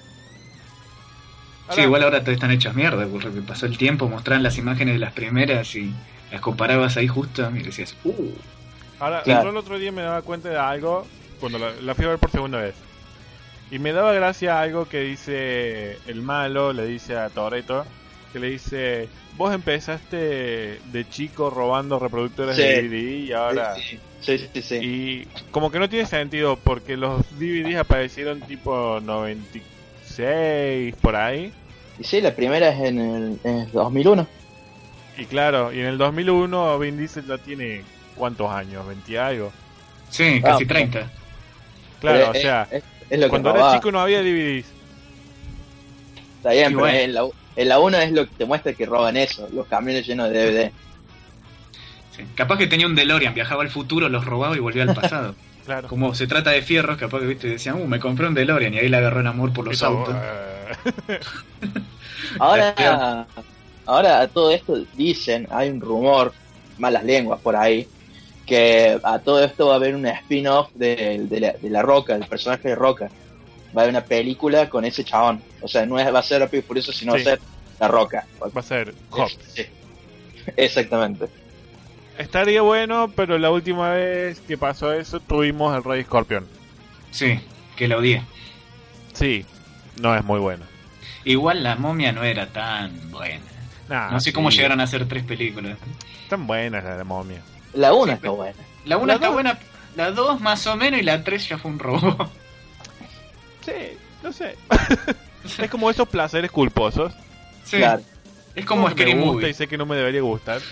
Sí, Ahora- igual ahora te están hechas mierda, porque pasó el tiempo, mostraron las imágenes de las primeras y las comparabas ahí justo y decías, uh, Ahora, Claro. yo el otro día me daba cuenta de algo cuando la, la fui a ver por segunda vez. Y me daba gracia algo que dice el malo, le dice a Toretto, que le dice, vos empezaste de chico robando reproductores Sí. de D V D y ahora... Sí, sí, sí, sí. Y como que no tiene sentido porque los D V Ds aparecieron tipo noventa y seis por ahí. Y sí, la primera es en el, en el dos mil uno. Y claro, y en el dos mil uno Vin Diesel ya tiene ¿cuántos años? ¿veinte y algo? sí, Ah, casi treinta. Claro, Pero o sea, es, es- es lo que cuando era robaba. chico no había D V Ds. Está bien, Y pero bueno. en la, En la uno es lo que te muestra que roban eso, los camiones llenos de D V D. Sí. Capaz que tenía un DeLorean, viajaba al futuro, los robaba y volvía al pasado. Claro. Como se trata de fierros, capaz que viste decían, uh, me compré un DeLorean y ahí le agarró el amor por los Y todo, autos. eh, Ahora, ahora a todo esto dicen, hay un rumor, malas lenguas por ahí, que a todo esto va a haber un spin-off de, de, la, de La Roca, del personaje de Roca. Va a haber una película con ese chabón. O sea, no es, va a ser Rápido y Furioso, sino Sí. va a ser La Roca. Va a ser Hobbs. Sí. Exactamente. Estaría bueno, pero la última vez que pasó eso tuvimos el Rey Escorpión. Sí, que la odié. Sí, no es muy bueno. Igual la momia no era tan buena. Nah, No sé cómo sí, llegaron a hacer tres películas. Están buenas las de momia. La una Sí, está pero- buena. La una La está dos- buena, la dos más o menos y la tres ya fue un robo. Sí, no sé. Es como esos placeres culposos. Sí, Claro. es como que me Scary gusta Movie. y sé que no me debería gustar.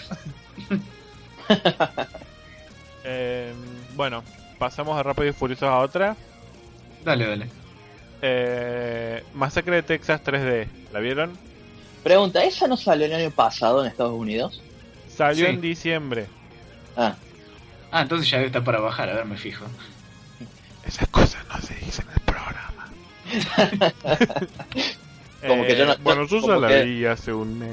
Eh, bueno, pasamos a Rápido y Furioso a otra. Dale, dale. Eh, Masacre de Texas tres D. ¿La vieron? Pregunta, ¿esa no salió el año pasado en Estados Unidos? Salió Sí. en diciembre. Ah, Ah, entonces ya debe estar para bajar, a ver, me fijo. Esas cosas no se dicen en el programa. Como que yo no- Bueno, yo ya como la que- vi hace un mes.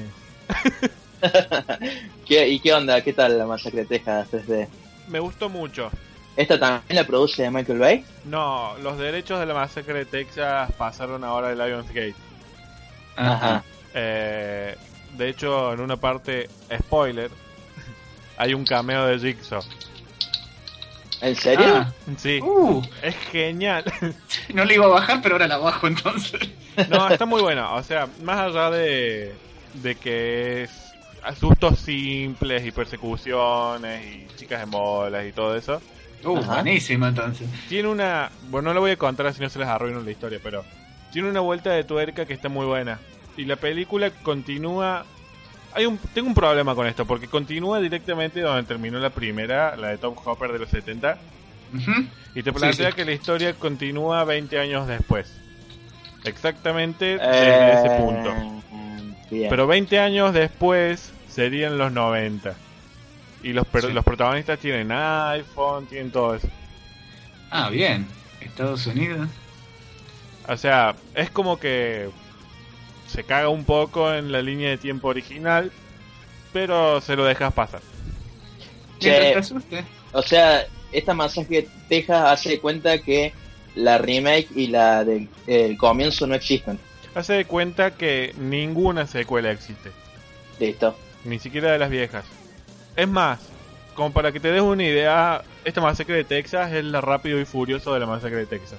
¿Qué, ¿y qué onda? ¿Qué tal la Masacre de Texas tres D? Me gustó mucho. ¿Esta también la produce Michael Bay? No, los derechos de la Masacre de Texas pasaron ahora de Lionsgate. Ajá. Eh, de hecho, en una parte, spoiler, hay un cameo de Jigsaw. ¿En serio? Ah, Sí, uh, es genial. no le iba a bajar, pero ahora la bajo entonces. No, está muy buena. O sea, más allá de, de que es asustos simples y persecuciones y chicas en bolas y todo eso, Uh, Ajá. buenísima entonces. tiene una... Bueno, no lo voy a contar si no se les arruino la historia, pero tiene una vuelta de tuerca que está muy buena. Y la película continúa... Hay un, tengo un problema con esto, porque continúa directamente donde terminó la primera, la de Tom Hopper de los setenta, Ujú. y te Sí, plantea sí. que la historia continúa veinte años después. Exactamente desde ese punto. Eh, Bien. Pero veinte años después serían los noventa. Y los, per- Sí. los protagonistas tienen iPhone, tienen todo eso. Ah, bien. Estados Unidos. O sea, es como que se caga un poco en la línea de tiempo original, pero se lo dejas pasar. Che, Mientras te asuste. O sea, esta Masacre de Texas hace de cuenta que la remake y la del el comienzo no existen. Hace de cuenta que ninguna secuela existe, Listo. ni siquiera de las viejas. Es más, como para que te des una idea, esta Masacre de Texas es la Rápido y Furioso de la Masacre de Texas.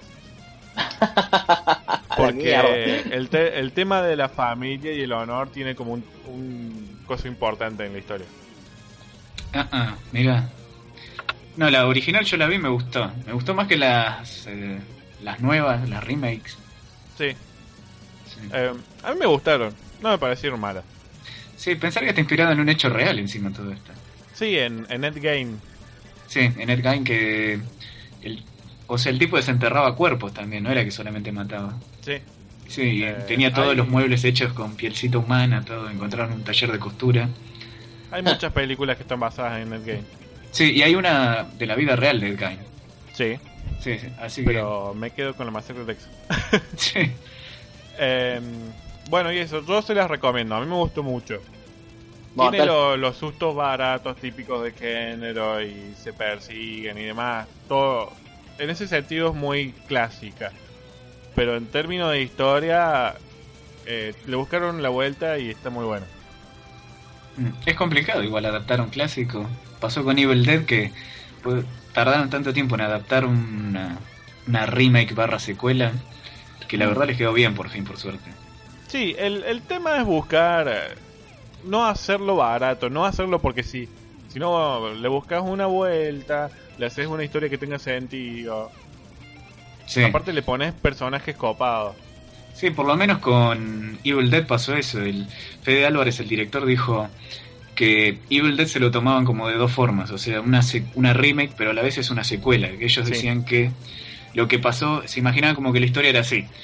A la mierda. Porque el, te- el tema de la familia y el honor tiene como un, un coso importante en la historia. Ah, ah, mira. No, la original yo la vi y me gustó. Me gustó más que las eh, las nuevas, las remakes. Sí, Sí. eh, a mí me gustaron, no me parecieron malas. Sí, pensar que está inspirado en un hecho real encima todo esto. Sí, en, en Endgame. Sí, en Ed Gein que... El, o sea, el tipo desenterraba cuerpos también, no era que solamente mataba. Sí, Sí, Eh, tenía todos hay- los muebles hechos con pielcita humana, todo. Encontraron un taller de costura. hay muchas películas que están basadas en Endgame. Sí, y hay una de la vida real de Ed Gein. Sí, Sí, sí, así pero me quedo con la Masacre de Texas. que... Sí. Eh, bueno, y eso, yo se las recomiendo, a mí me gustó mucho. Bueno, Tiene tal- lo- los sustos baratos típicos de género y se persiguen y demás. Todo, en ese sentido es muy clásica. Pero en términos de historia, eh, le buscaron la vuelta y está muy bueno. Mm, Es complicado igual adaptar un clásico. Pasó con Evil Dead que pues, tardaron tanto tiempo en adaptar una, una remake barra secuela que la verdad les quedó bien por fin, por suerte. Sí, el, el tema es buscar, eh, no hacerlo barato, no hacerlo porque sí. Sino le buscas una vuelta, le haces una historia que tenga sentido. Sí. Aparte le pones personajes copados. Sí, por lo menos con Evil Dead pasó eso. El Fede Álvarez, el director, dijo que Evil Dead se lo tomaban como de dos formas. O sea, una, sec- una remake, pero a la vez es una secuela. Que ellos Sí. decían que lo que pasó, se imaginaban como que la historia era así.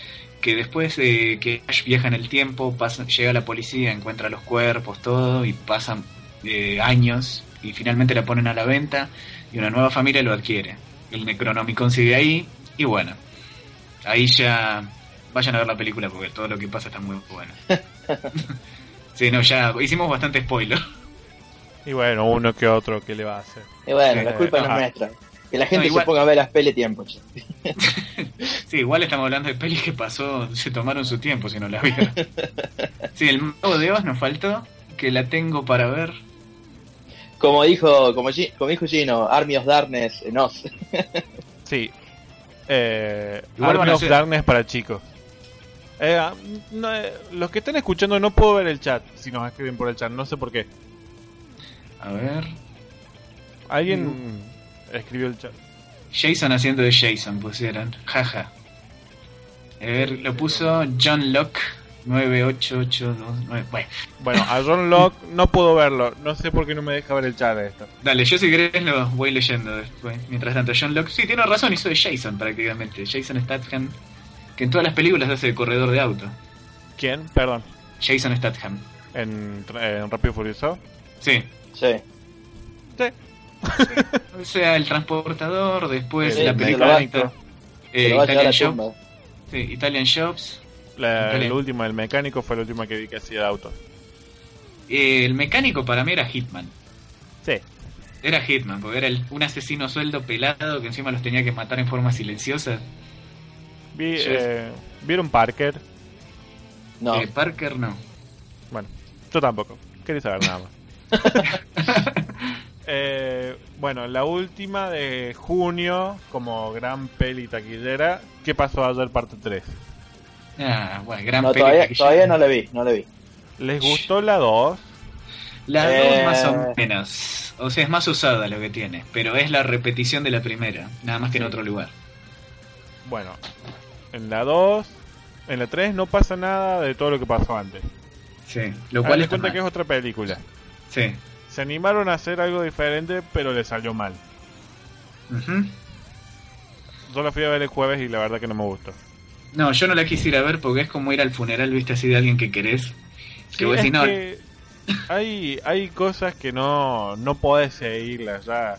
que después de que Ash viaja en el tiempo, pasa, llega la policía, encuentra los cuerpos, todo, y pasan eh, años, y finalmente la ponen a la venta, y una nueva familia lo adquiere. El Necronomicon sigue ahí, y bueno, ahí ya vayan a ver la película porque todo lo que pasa está muy bueno. Sí, no, ya hicimos bastante spoiler. Y bueno, uno que otro, ¿qué le va a hacer? Y bueno, Eh, la culpa no es ajá. nuestra. Que la gente No, igual- se ponga a ver las pelis tiempo. che. Sí, igual estamos hablando de pelis que pasó, se tomaron su tiempo si no la vieron. Sí, el Mago de Oz nos faltó, que la tengo para ver. Como dijo, como, Gi- como dijo Gino, Army of Darkness en Oz. Sí. Eh, Igual van Army a of ser- Darkness para chicos. Eh, ah, no, eh, los que están escuchando no puedo ver el chat, si nos escriben por el chat, no sé por qué. A ver. Alguien escribió el chat. Jason haciendo de Jason pusieron. Jaja. A ver, lo puso John Locke nueve ocho ocho dos nueve. Bueno, Bueno, a John Locke no puedo verlo, no sé por qué no me deja ver el chat de esto. dale, yo si querés lo voy leyendo después. Mientras tanto, John Locke, sí, tiene razón, hizo de Jason prácticamente. Jason Statham, que en todas las películas hace de corredor de auto. ¿Quién? Perdón. Jason Statham. ¿En, en Rápido y Furioso? Sí. Sí. Sí. O sea, el transportador, después Sí, la se película lo va- esta, Se eh, lo va a llevar Italian a Job, tumba. sí, Italian Jobs. La, Dale. el último, el mecánico, fue la última que vi que hacía de auto. Eh, el mecánico para mí era Hitman. Sí. Era Hitman, porque era el- un asesino a sueldo pelado que encima los tenía que matar en forma silenciosa. Vi, Sí. eh, ¿Vieron Parker? No. Eh, Parker no. Bueno, yo tampoco. Quería saber nada más. Eh, bueno, la última de junio, como gran peli taquillera. ¿Qué pasó ayer, parte tres? Ah, bueno, gran No, peli todavía, que todavía yo- no la vi, no la vi. ¿Les gustó la dos? La Eh. dos más o menos. O sea, es más usada lo que tiene, pero es la repetición de la primera, nada más que en Sí. otro lugar. Bueno, en la dos, en la tres no pasa nada de todo lo que pasó antes. Sí, lo Haz cual de está cuenta mal. que es otra película. Sí. Se animaron a hacer algo diferente, pero le salió mal. Ujú. Yo la fui a ver el jueves y la verdad que no me gustó. No, yo no la quisiera ver porque es como ir al funeral, viste, así de alguien que querés. Sí, Que vos es decís, no, que hay, hay cosas que no, no podés seguirlas ya.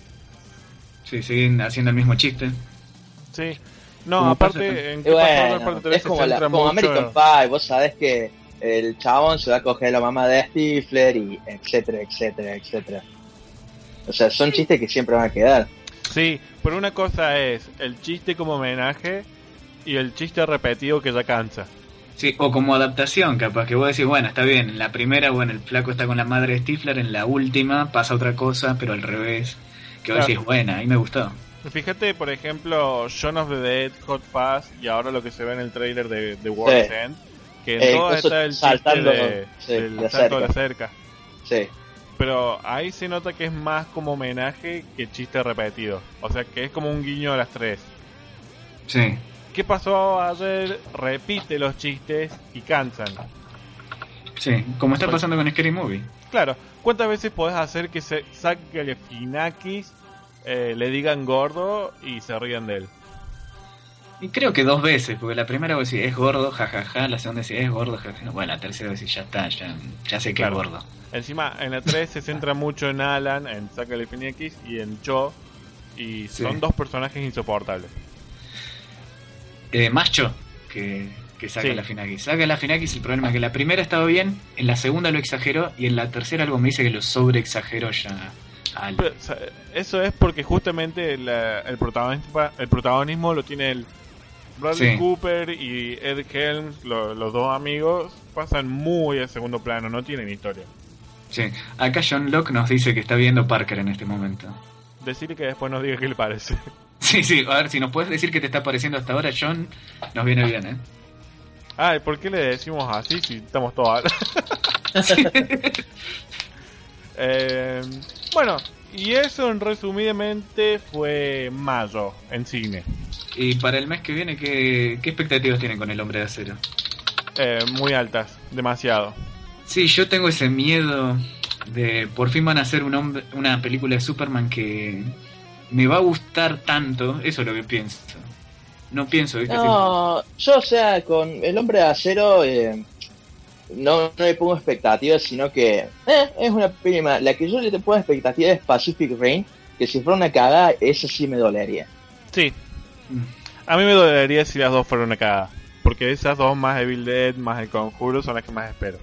sí, siguen haciendo el mismo chiste. Sí. No, Como aparte, pasa con- en Y qué pasó bueno, la parte tres es se como, la, centra como mucho- American Pie, vos sabés que el chabón se va a coger a la mamá de Stifler y etcétera, etcétera, etcétera. O sea, son chistes que siempre van a quedar. Sí, pero una cosa es el chiste como homenaje y el chiste repetido que ya cansa. Sí, o como adaptación, capaz que vos decís, bueno, está bien, en la primera, bueno, el flaco está con la madre de Stifler, en la última pasa otra cosa, pero al revés. Que vos Claro. decís, buena, ahí me gustó. Fíjate, por ejemplo, Shaun of the Dead, Hot Fuzz y ahora lo que se ve en el trailer de The World's Sí. End, que en Eh, todas eso está el chiste saltando, de, sí, del de salto de la cerca. cerca. Sí. Pero ahí se nota que es más como homenaje que chiste repetido. O sea, que es como un guiño a las tres. Sí. ¿Qué pasó ayer? Repite los chistes y cansan. Sí, como está pasando con Scary Movie. Claro, ¿cuántas veces podés hacer que se saque Galifianakis, eh, le digan gordo y se rían de él? Y creo que dos veces, porque la primera vez decís, es gordo, jajaja, la segunda decís, es gordo, jajaja. Bueno, la tercera vez decís, ya está, ya, ya sé que Claro. es gordo. Encima, en la tres se centra mucho en Alan, en Zach Galifianakis y en Cho. Y Sí. son dos personajes insoportables. Eh, Macho, que, que saca Sí. la Finakis. Saca la Finakis, el problema es que la primera estaba bien, en la segunda lo exageró y en la tercera algo me dice que lo sobre exageró ya. Al... Pero, o sea, eso es porque justamente la- el, protagonismo, el protagonismo lo tiene el Bradley Sí. Cooper y Ed Helms, lo- los dos amigos, pasan muy a segundo plano, no tienen historia. Sí. Acá John Locke nos dice que está viendo Parker en este momento. Decirle que después nos diga qué le parece. Sí, sí, a ver, si nos puedes decir qué te está pareciendo hasta ahora, John, nos viene bien, ¿eh? Ay, ¿por qué le decimos así si estamos todos... Eh, bueno, y eso en resumidamente fue mayo en cine. Y para el mes que viene, ¿qué, qué expectativas tienen con El Hombre de Acero? Eh, muy altas, demasiado. Sí, yo tengo ese miedo de por fin van a hacer un hombre, una película de Superman que me va a gustar tanto, eso es lo que pienso. no pienso, ¿viste? No, yo, o sea, con El Hombre de Acero eh, no, no le pongo expectativas, sino que eh, es una prima. La que yo le pongo expectativa es Pacific Rim, que si fuera una cagada, eso sí me dolería. Sí. A mí me dolería si las dos fueran una cagada. Porque esas dos más Evil Dead, más El Conjuro, son las que más espero.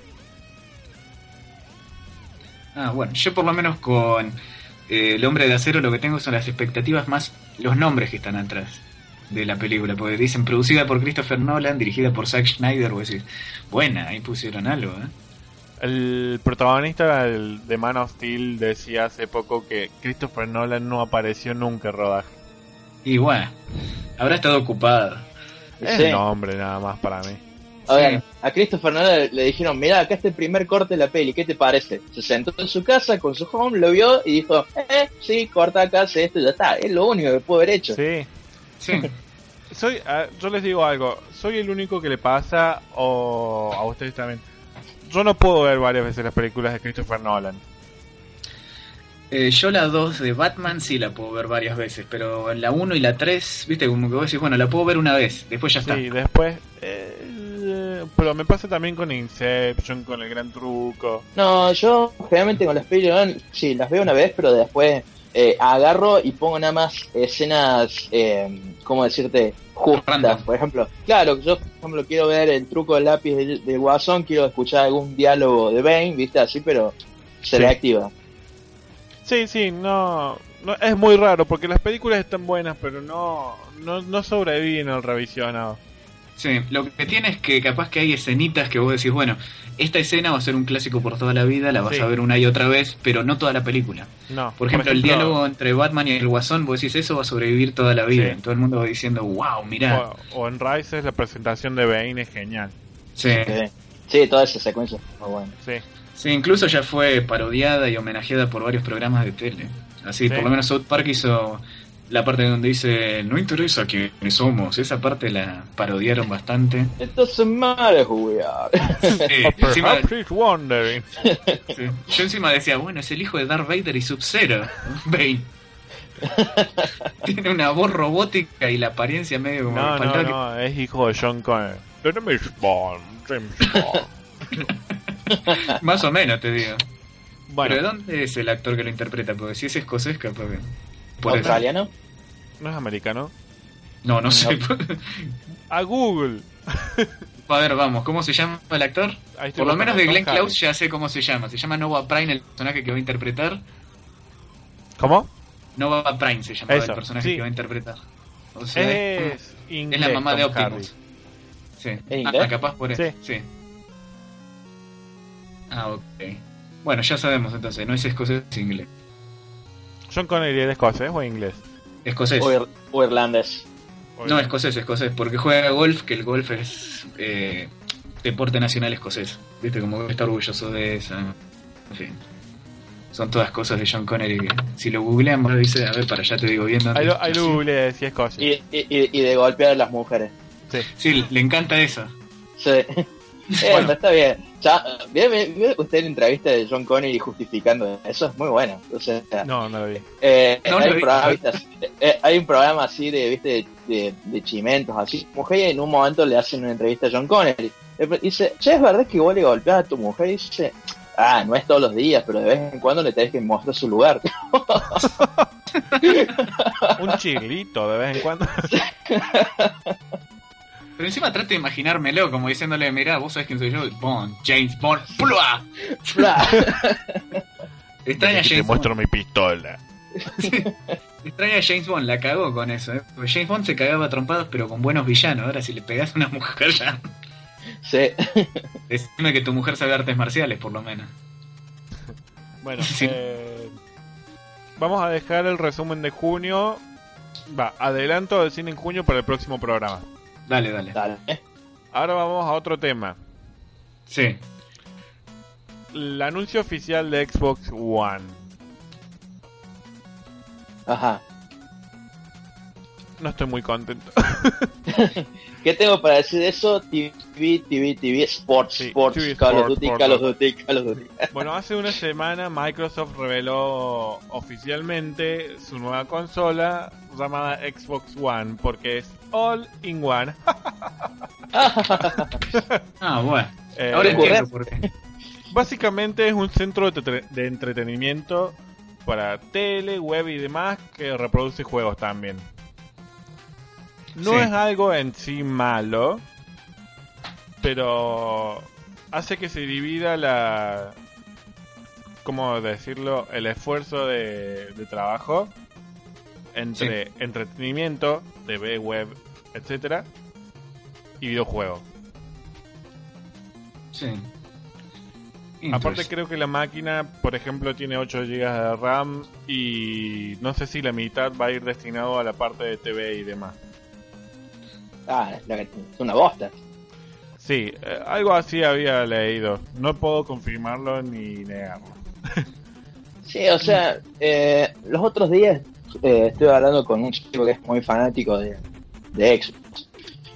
Ah, bueno, yo por lo menos con eh, El Hombre de Acero lo que tengo son las expectativas más los nombres que están atrás de la película, porque dicen producida por Christopher Nolan, dirigida por Zack Snyder, vos decís, buena, ahí pusieron algo, ¿eh? El protagonista del, de Man of Steel decía hace poco que Christopher Nolan no apareció nunca en rodaje. Y bueno, habrá estado ocupado. Es Sí. el nombre nada más para mí. A ver, Sí. a Christopher Nolan le dijeron, mira, acá está el primer corte de la peli, ¿qué te parece? Se sentó en su casa con su home, lo vio y dijo, eh, sí, corta acá, hace esto y ya está. Es lo único que pudo haber hecho. Sí. Sí. Soy, ah, yo les digo algo, soy el único que le pasa, o a ustedes también. Yo no puedo ver varias veces las películas de Christopher Nolan. Eh, yo la dos de Batman sí la puedo ver varias veces, pero la uno y la tres, viste, como que vos decís, bueno, la puedo ver una vez, después ya está. Sí, después... eh, pero me pasa también con Inception, con El Gran Truco. No, yo generalmente con las pelis, ¿no? Sí, las veo una vez, pero después eh, agarro y pongo nada más escenas, eh, ¿cómo decirte? Justas. Random. Por ejemplo, claro, yo por ejemplo quiero ver el truco del lápiz de, de Guasón, quiero escuchar algún diálogo de Bane, ¿viste? Así, pero selectiva. Sí, sí, no, no... Es muy raro, porque las películas están buenas, pero no, no, no sobreviven al revisionado. Sí, lo que tiene es que capaz que hay escenitas que vos decís, bueno, esta escena va a ser un clásico por toda la vida, la vas Sí. a ver una y otra vez, pero no toda la película. No, Por ejemplo, el diálogo entre Batman y el Guasón, vos decís, eso va a sobrevivir toda la vida. Sí. Todo el mundo va diciendo, wow, mirá. O, o en Rises la presentación de Bane es genial. Sí. Sí, sí, toda esa secuencia es muy buena. Sí. Sí, incluso ya fue parodiada y homenajeada por varios programas de tele. Así, Sí. por lo menos South Park hizo la parte donde dice, no interesa quiénes somos. Esa parte la parodiaron bastante. It doesn't matter who we are. Sí, Or encima, perhaps he's wondering. sí. Yo encima decía, bueno, es el hijo de Darth Vader y Sub-Zero, Bane. Tiene una voz robótica y la apariencia medio como No, no, espaldar- no, es hijo de John Connor. The name is Bond, James Bond. Más o menos, te digo. Bueno, Pero ¿de dónde es el actor que lo interpreta? Porque si es escocés, capaz que... Por eso. ¿Australiano? ¿no es americano? No, no sé. A Google. A ver, vamos, ¿cómo se llama el actor? Ahí estoy Por lo menos de buscando, Glenn Tom Close Hardy. ya sé cómo se llama. Se llama Nova Prime, el personaje que va a interpretar. ¿Cómo? Nova Prime se llama Eso, el personaje sí. que va a interpretar. O sea, Es inglés, es la mamá de Tom Optimus. Hardy. Sí. ¿En inglés? Ah, capaz por eso. Sí. Sí. Ah, ok. Bueno, ya sabemos entonces, no es escocés, es inglés. ¿John Connery es escocés o inglés? Escocés. O, ir- o irlandés. No, escocés, escocés, porque juega golf, que el golf es eh, deporte nacional escocés. Viste, como que está orgulloso de eso. En fin. Son todas cosas de John Connery que si lo googlean, vos dice, a ver, para allá te digo bien. Ahí lo, ahí lo Sí. googleé, si es escocés. Y, y, y de golpear a las mujeres. Sí. Sí, le encanta eso. Sí. Eh, Bueno. Está bien. Ya, ¿vio, vio usted la entrevista de John Connery justificando eso? Es muy bueno. O sea, No, no lo vi. eh, No hay, lo un vi. programa, ¿viste? Eh, hay un programa así de, ¿viste? De, de chimentos, así. Mujer, y en un momento le hacen una entrevista a John Connery. Le dice, che, ¿es verdad que vos le golpeas a tu mujer? Y dice, ah, no es todos los días, pero de vez en cuando le tenés que mostrar su lugar. Un chilito de vez en cuando. Pero encima trato de imaginármelo como diciéndole, mirá, vos sabés quién soy yo, Bond, James Bond, ¡plua! Extraña a Aquí te James muestro Bond. mi pistola. Extraña a James Bond, la cagó con eso, ¿eh? Porque James Bond se cagaba a trompadas pero con buenos villanos. Ahora si le pegás a una mujer ya... Sí. Decime que tu mujer sabe artes marciales, por lo menos. Bueno, Sí. eh, vamos a dejar el resumen de junio. Va, adelanto del cine en junio para el próximo programa. Dale, dale. Dale. Ahora vamos a otro tema. Sí. El anuncio oficial de Xbox One. Ajá. No estoy muy contento. ¿Qué tengo para decir de eso? T V, T V, T V, Sports, Sí, Sports, T V, Call of Sports, Duty, Sports. Call of Duty, Call of Duty. Bueno, hace una semana Microsoft reveló oficialmente su nueva consola. llamada Xbox One, porque es all in one. Ah, bueno. Eh, Ahora ¿qué entiendo ocurre? por qué. Básicamente es un centro de, tre- de entretenimiento para tele, web y demás que reproduce juegos también. No Sí. es algo en sí malo, pero hace que se divida la... ¿Cómo decirlo? El esfuerzo de, de trabajo entre entretenimiento, T V, web, etcétera, y videojuegos. Sí. Aparte Entonces, creo que la máquina, por ejemplo, tiene ocho gigas de RAM y no sé si la mitad va a ir destinado a la parte de T V y demás. Ah, la que- es una bosta. Sí, eh, algo así había leído. No puedo confirmarlo ni negarlo. Sí, o sea, eh, los otros días eh, estuve hablando con un chico que es muy fanático de, de Xbox.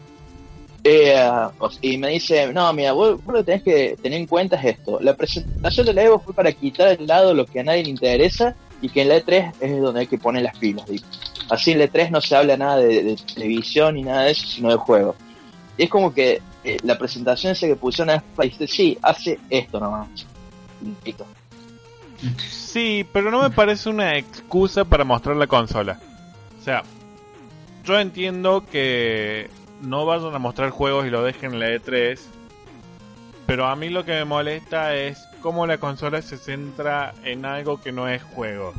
Eh, o- y me dice, no, mira, vos, vos lo que tenés que tener en cuenta es esto. La presentación de la Evo fue para quitar de lado lo que a nadie le interesa y que en la E tres es donde hay que poner las pilas. Digo. Así en la E tres no se habla nada de, de televisión ni nada de eso, sino de juego. Y es como que eh, la presentación esa que pusieron a dice, sí, hace esto nomás. Listo. Sí, pero no me parece una excusa para mostrar la consola. O sea, yo entiendo que no vayan a mostrar juegos y lo dejen en la E tres, pero a mí lo que me molesta es cómo la consola se centra en algo que no es juego.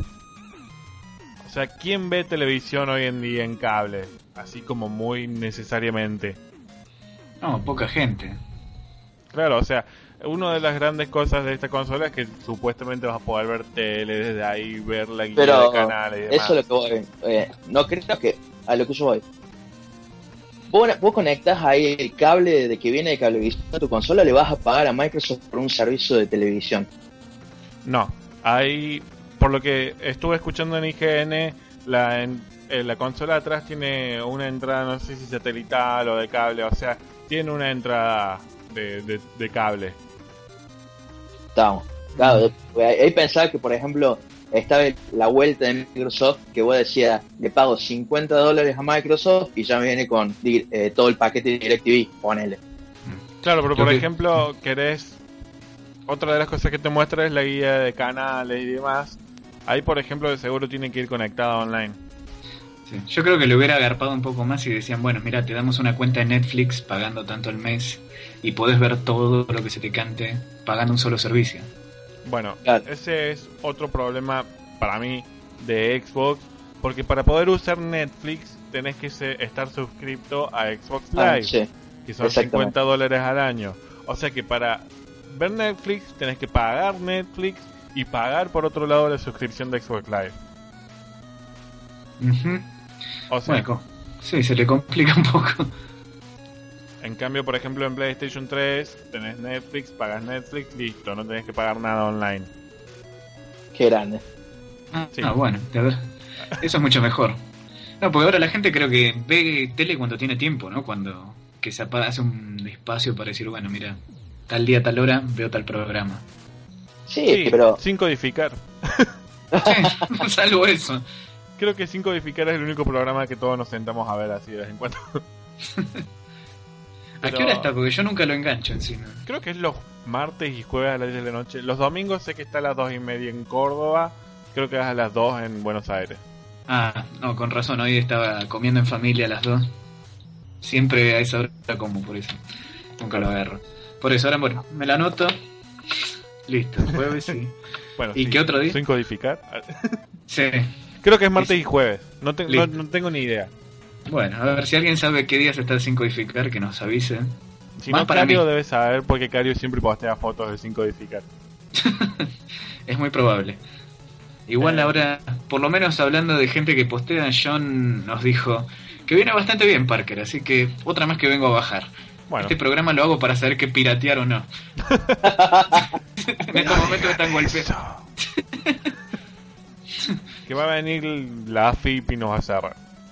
O sea, ¿quién ve televisión hoy en día en cable? Así como muy necesariamente. no, poca gente. Claro, o sea, una de las grandes cosas de esta consola es que supuestamente vas a poder ver tele desde ahí, ver la guía Pero de canales y demás. eso es lo que voy. Eh, no creo que a lo que yo voy. Vos, vos conectás ahí el cable de que viene de Cablevisión a tu consola, le vas a pagar a Microsoft por un servicio de televisión. No, hay, por lo que estuve escuchando en I G N, la, en, eh, la consola atrás tiene una entrada, no sé si satelital o de cable, o sea, tiene una entrada de, de, de cable. Estamos. Claro, ahí ahí pensaba que, por ejemplo, estaba la vuelta de Microsoft que vos decías, le pago cincuenta dólares a Microsoft y ya me viene con eh, todo el paquete de DirecTV, ponele. Claro, pero Creo por que- ejemplo, querés... Otra de las cosas que te muestra es la guía de canales y demás. Ahí, por ejemplo, de seguro tiene que ir conectada online. Sí. Yo creo que le hubiera agarpado un poco más y decían, bueno, mira, te damos una cuenta de Netflix pagando tanto al mes y podés ver todo lo que se te cante pagando un solo servicio. Bueno, Claro. ese es otro problema para mí de Xbox, porque para poder usar Netflix tenés que se- estar suscrito a Xbox Live, Ah, sí. que son exactamente. cincuenta dólares al año. O sea que para ver Netflix tenés que pagar Netflix y pagar por otro lado la suscripción de Xbox Live. Ujú. O sea, Bueno, co- sí, se le complica un poco. en cambio, por ejemplo, en PlayStation tres tenés Netflix, pagas Netflix, listo, no tenés que pagar nada online. Qué grande. Ah, Sí. ah, bueno, a ver. Eso es mucho mejor. No, porque ahora la gente creo que ve tele cuando tiene tiempo, ¿no? Cuando que se apa- hace un espacio para decir, bueno, mira, tal día, tal hora, veo tal programa. Sí, Sí, pero sin codificar. Sí, salvo eso. Creo que sin codificar es el único programa que todos nos sentamos a ver así de vez en cuando. ¿A Pero- qué hora está? Porque yo nunca lo engancho encima. Creo que es los martes y jueves a las diez de la noche. Los domingos sé que está a las dos y media en Córdoba. Creo que es a las dos en Buenos Aires. Ah, no, con razón, hoy estaba comiendo en familia a las dos. Siempre a esa hora como, por eso. Nunca lo agarro. Por eso, ahora, bueno, me la anoto. Listo, jueves sí. Bueno, ¿Y sí, qué otro día? Sin codificar. Sí. Creo que es martes y jueves. No, te- no, Listo. no tengo ni idea. Bueno, a ver si alguien sabe qué días está sin codificar, que nos avise. Si Más no, para Cario mí. debe saber porque Cario siempre postea fotos de sin codificar. Es muy probable. Igual Eh. ahora, por lo menos hablando de gente que postea, John nos dijo que viene bastante bien Parker, así que otra más que vengo a bajar. Bueno, Este programa lo hago para saber qué piratear o no. En estos momentos están golpeados. que va a venir la A F I P y nos va a cerrar.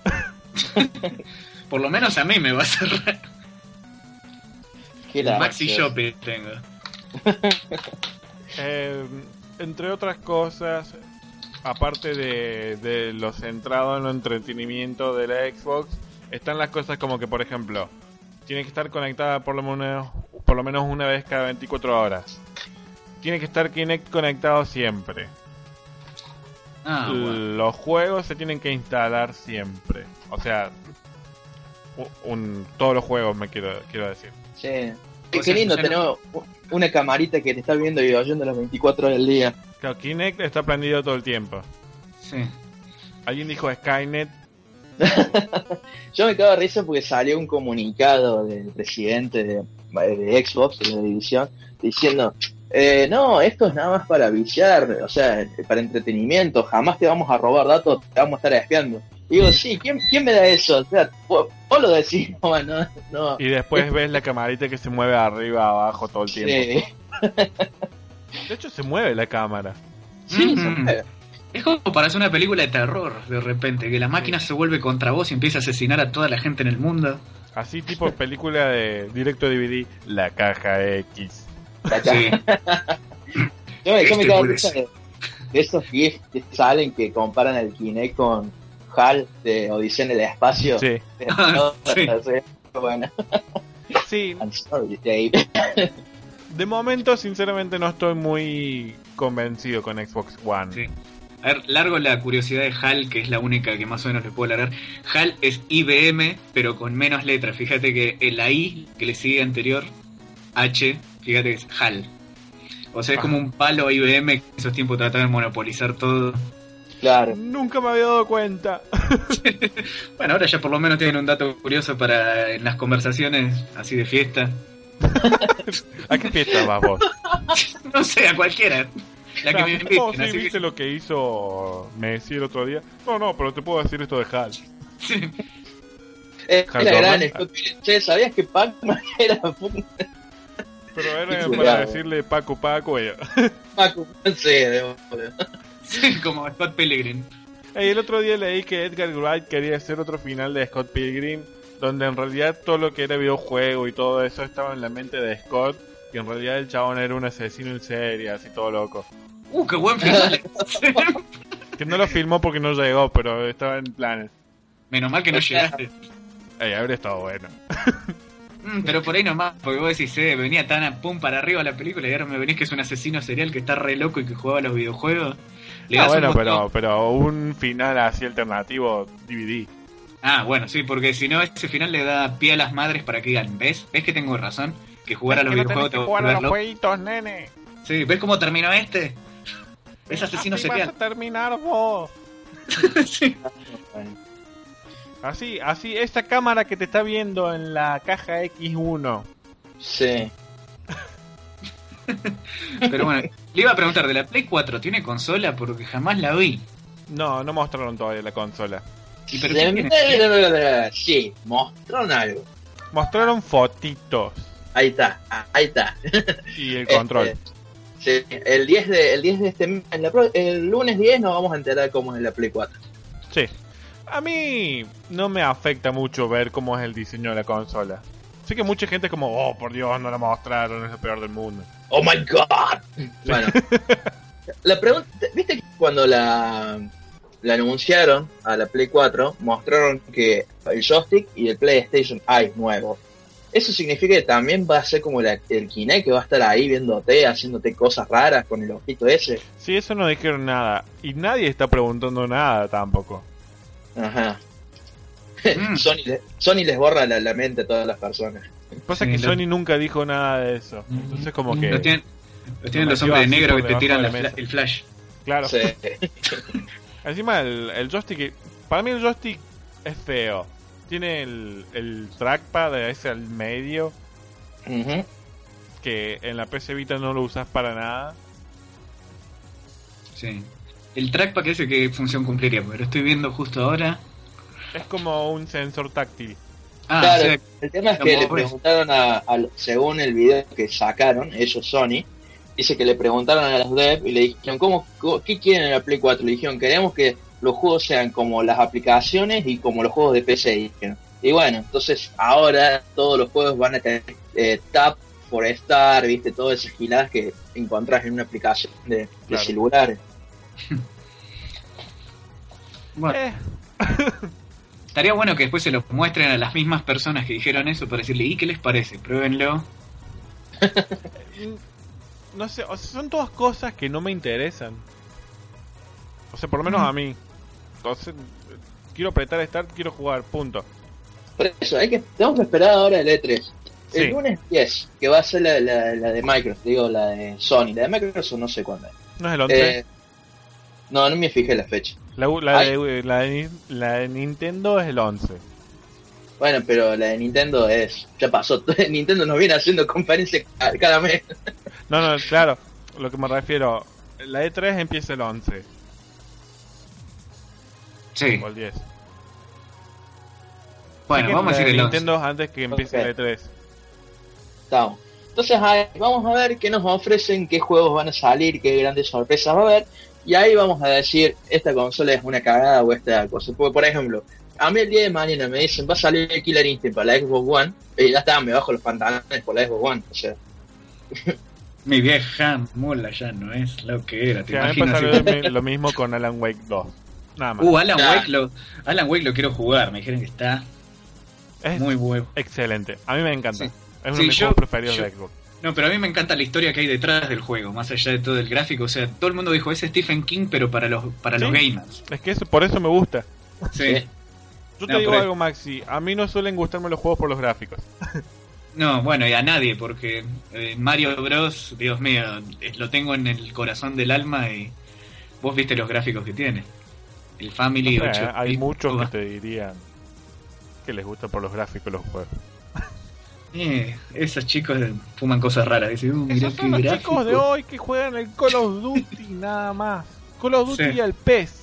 Por lo menos a mí me va a cerrar. qué El la Maxi gracioso. Shop tengo. Eh, entre otras cosas, aparte de, de lo centrado en lo entretenimiento de la Xbox, están las cosas como que, por ejemplo, tiene que estar conectada por lo menos, por lo menos una vez cada veinticuatro horas. Tiene que estar Kinect conectado siempre. Ah, bueno. Los juegos se tienen que instalar siempre. O sea, un, un, todos los juegos me quiero quiero decir. Sí. Qué, qué lindo tener una camarita que te está viendo y oyendo las veinticuatro horas del día. Claro, Kinect está prendido todo el tiempo. Sí. Alguien dijo Skynet. Yo me cago de risa porque salió un comunicado del presidente de, de Xbox, de la división, diciendo... Eh, no, esto es nada más para viciar, o sea, para entretenimiento, jamás te vamos a robar datos, te vamos a estar espiando. Y digo, sí, ¿quién, quién me da eso? O sea, vos, vos lo decís, no, no, no. Y después ves la camarita que se mueve arriba, abajo todo el tiempo. Sí. De hecho, se mueve la cámara. Sí, Mm. se mueve. Es como para hacer una película de terror, de repente, que la máquina se vuelve contra vos y empieza a asesinar a toda la gente en el mundo. Así tipo película de directo D V D, La Caja X. Sí. Yo me, yo me Este cago de puede risa ser. de, de esos GIFs que salen que comparan el Kinect con HAL de Odisea en el espacio. Sí. Ah, sí. Bueno, Sí, I'm sorry, Dave. de momento sinceramente no estoy muy convencido con Xbox One. Sí. A ver, largo la curiosidad de HAL, que es la única que más o menos le puedo largar. HAL es I B M, pero con menos letras. Fíjate que en la I que le sigue anterior, H, fíjate que es HAL. O sea, es Ah. como un palo I B M que en esos tiempos trataba de monopolizar todo. Claro. Nunca me había dado cuenta. Bueno, ahora ya por lo menos tienen un dato curioso para en las conversaciones así de fiesta. ¿A qué fiesta vas vos? No sé, a cualquiera. La que me inviten, Oh, sí, así ¿viste que... lo que hizo Messi el otro día? No, no, pero te puedo decir esto de HAL. Sí. Es Hal la gran Dorman. Scott Pilgrim. Che, ¿sabías que Pac-Man era un Pero era Qué para cuidado. decirle Paco Paco. Y... Pac-Man? Sí, de Sí, como Scott Pilgrim. Hey, el otro día leí que Edgar Wright quería hacer otro final de Scott Pilgrim, donde en realidad todo lo que era videojuego y todo eso estaba en la mente de Scott, y en realidad el chabón era un asesino en serie, así todo loco. Uh, qué buen final. Que no lo filmó porque no llegó, pero estaba en planes. Menos mal que no llegaste. Ey, habría estado bueno. Mm, pero por ahí nomás, porque vos decís, eh, venía tan a pum para arriba la película y ahora me venís que es un asesino serial que está re loco y que jugaba a los videojuegos. Le Ah, das un bueno, botón. pero, pero un final así alternativo D V D. Ah, bueno, sí, porque si no, ese final le da pie a las madres para que digan, ¿ves? ¿Ves que tengo razón? Que jugar a los videojuegos te va a jugar a volver los loco. jueguitos, nene. Sí, ¿ves cómo terminó este? Es asesino Así vas serial. a terminar vos. Sí. Así, así, esa cámara que te está viendo en la caja X uno. Sí. Pero bueno, le iba a preguntar, ¿de la Play cuatro tiene consola? Porque jamás la vi. No, no mostraron todavía la consola. ¿Y pero qué tiene? Sí, mostraron algo. Mostraron fotitos Ahí está, ahí está. y el control. Este, sí, el diez de, el diez de este mes, en la pro- el lunes diez nos vamos a enterar cómo es la Play cuatro. Sí. A mí no me afecta mucho ver cómo es el diseño de la consola. Sé que mucha gente es como, oh, por Dios, no la mostraron, es lo peor del mundo. Oh my god. Bueno, la pregunta, ¿viste que cuando la, la anunciaron a la Play cuatro, mostraron que el joystick y el PlayStation Eye nuevo? Eso significa que también va a ser como la, el Kinect, que va a estar ahí viéndote, haciéndote cosas raras con el ojito ese. Sí, eso no dijeron nada. Y nadie está preguntando nada tampoco. Ajá. Mm. Sony, le- Sony les borra la, la mente a todas las personas. Pasa Sí, que lo- Sony nunca dijo nada de eso. Entonces como que... Los tienen, los, tienen Lo los metió hombres de así negro por que te debajo tiran de la la fla- mesa. el flash. Claro. Sí. Encima el, el joystick... Para mí el joystick es feo. Tiene el, el trackpad ese al medio, Ujú. que en la P C Vita no lo usas para nada. Sí. El trackpad que ese que función cumpliría, porque lo estoy viendo justo ahora. Es como un sensor táctil. Ah, Claro, o sea, el tema es como que le ves. preguntaron a, a- según el video que sacaron, ellos Sony, dice que le preguntaron a los dev y le dijeron, ¿cómo, cómo- ¿qué quieren en la Play cuatro? Le dijeron, queremos que los juegos sean como las aplicaciones y como los juegos de P C. Dijeron. Y bueno, entonces ahora todos los juegos van a tener eh, tap for star, viste, todas esas giladas que encontrás en una aplicación de, de Claro. celulares. Bueno, Eh. estaría bueno que después se lo muestren a las mismas personas que dijeron eso para decirle, ¿y qué les parece? Pruébenlo. No sé, o sea, son todas cosas que no me interesan. O sea, por lo menos a mí. Entonces, quiero apretar Start, quiero jugar, punto. Por eso, hay que, tenemos que esperar ahora el E tres. El Sí. lunes diez, que va a ser la, la, la de Microsoft, digo, la de Sony. La de Microsoft no sé cuándo es. ¿No es el once? Eh, no, no me fijé la fecha. la, la, ay. de, la, de, la de Nintendo es el once. Bueno, pero la de Nintendo es... Ya pasó. Nintendo nos viene haciendo conferencias ca- cada mes. No, no, claro. Lo que me refiero, la E tres empieza el once. Sí. O el diez. Bueno, Así que vamos a la decir de el once. Nintendo antes que empiece Ok. la E tres. Estamos. Entonces, ahí vamos a ver qué nos ofrecen, qué juegos van a salir, qué grandes sorpresas va a haber. Y ahí vamos a decir, esta consola es una cagada o esta cosa. Porque, por ejemplo, a mí el día de mañana me dicen, va a salir el Killer Instinct para la Xbox One. Y ya está, me bajo los pantalones por la Xbox One. O sea, Mi vieja mula ya no es lo que era, te Que a mí me imaginas. pasa así? lo, lo mismo con Alan Wake dos. Nada más. Uh, Alan Nah. Wake lo, Alan Wake lo quiero jugar, me dijeron que está es muy bueno. excelente. A mí me encanta. Sí. Es uno Sí, de mis yo- juegos preferidos yo- de Xbox. No, pero a mí me encanta la historia que hay detrás del juego, más allá de todo el gráfico. O sea, todo el mundo dijo, es Stephen King, pero para los para los Sí. gamers. Es que eso, por eso me gusta. Sí. Sí. Yo te No, digo pero- algo, Maxi. A mí no suelen gustarme los juegos por los gráficos. No, bueno, y a nadie, porque eh, Mario Bros, Dios mío, eh, lo tengo en el corazón del alma y vos viste los gráficos que tiene. El Family O sea, ocho hay bit, muchos todo. que te dirían que les gusta por los gráficos los juegos. Eh, esos chicos fuman cosas raras. Dicen, uh, mirá Esos qué son los gráfico. chicos de hoy que juegan el Call of Duty nada más. Call of Duty Sí. y el P E S.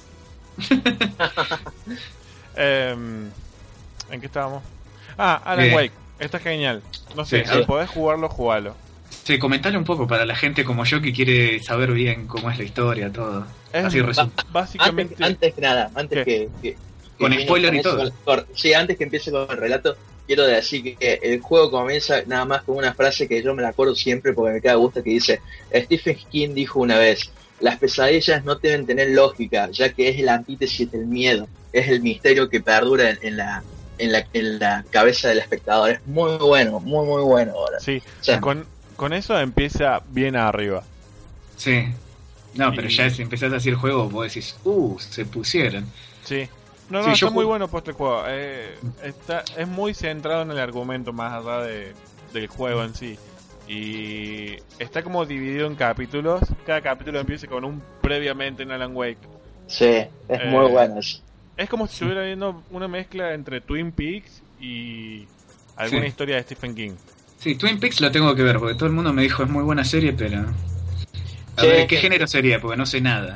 Em, ¿En qué estábamos? Ah, Alan Bien. Wake. Está genial. No sé, Sí, si sí. podés jugarlo, jugalo. Sí, comentale un poco para la gente como yo que quiere saber bien cómo es la historia, todo. Es Así resumen. básicamente... Antes, antes que nada, antes ¿Qué? que, que- Con que spoiler y empiece todo. con- con- sí, antes que empiece con el relato, quiero decir que el juego comienza nada más con una frase que yo me la acuerdo siempre porque me queda gusto, que dice, Stephen King dijo una vez, las pesadillas no deben tener lógica, ya que es el antítesis del miedo, es el misterio que perdura en, en la en la en la cabeza del espectador. Es muy bueno, muy muy bueno ahora. Sí, O sea, con, con eso empieza bien arriba. Sí. No, pero Y- ya si empezás así el juego, vos decís, uh, se pusieron. Sí. No, no, Sí, está yo muy ju- bueno puesto el juego. Eh, está, es muy centrado en el argumento más allá de, del juego en sí. Y está como dividido en capítulos. Cada capítulo empieza con un previamente en Alan Wake. sí, es Eh, muy bueno eso. Es como si estuviera viendo una mezcla entre Twin Peaks y alguna Sí. historia de Stephen King. Sí, Twin Peaks lo tengo que ver, porque todo el mundo me dijo es muy buena serie, pero... A Sí. ver, ¿qué género sería? Porque no sé nada.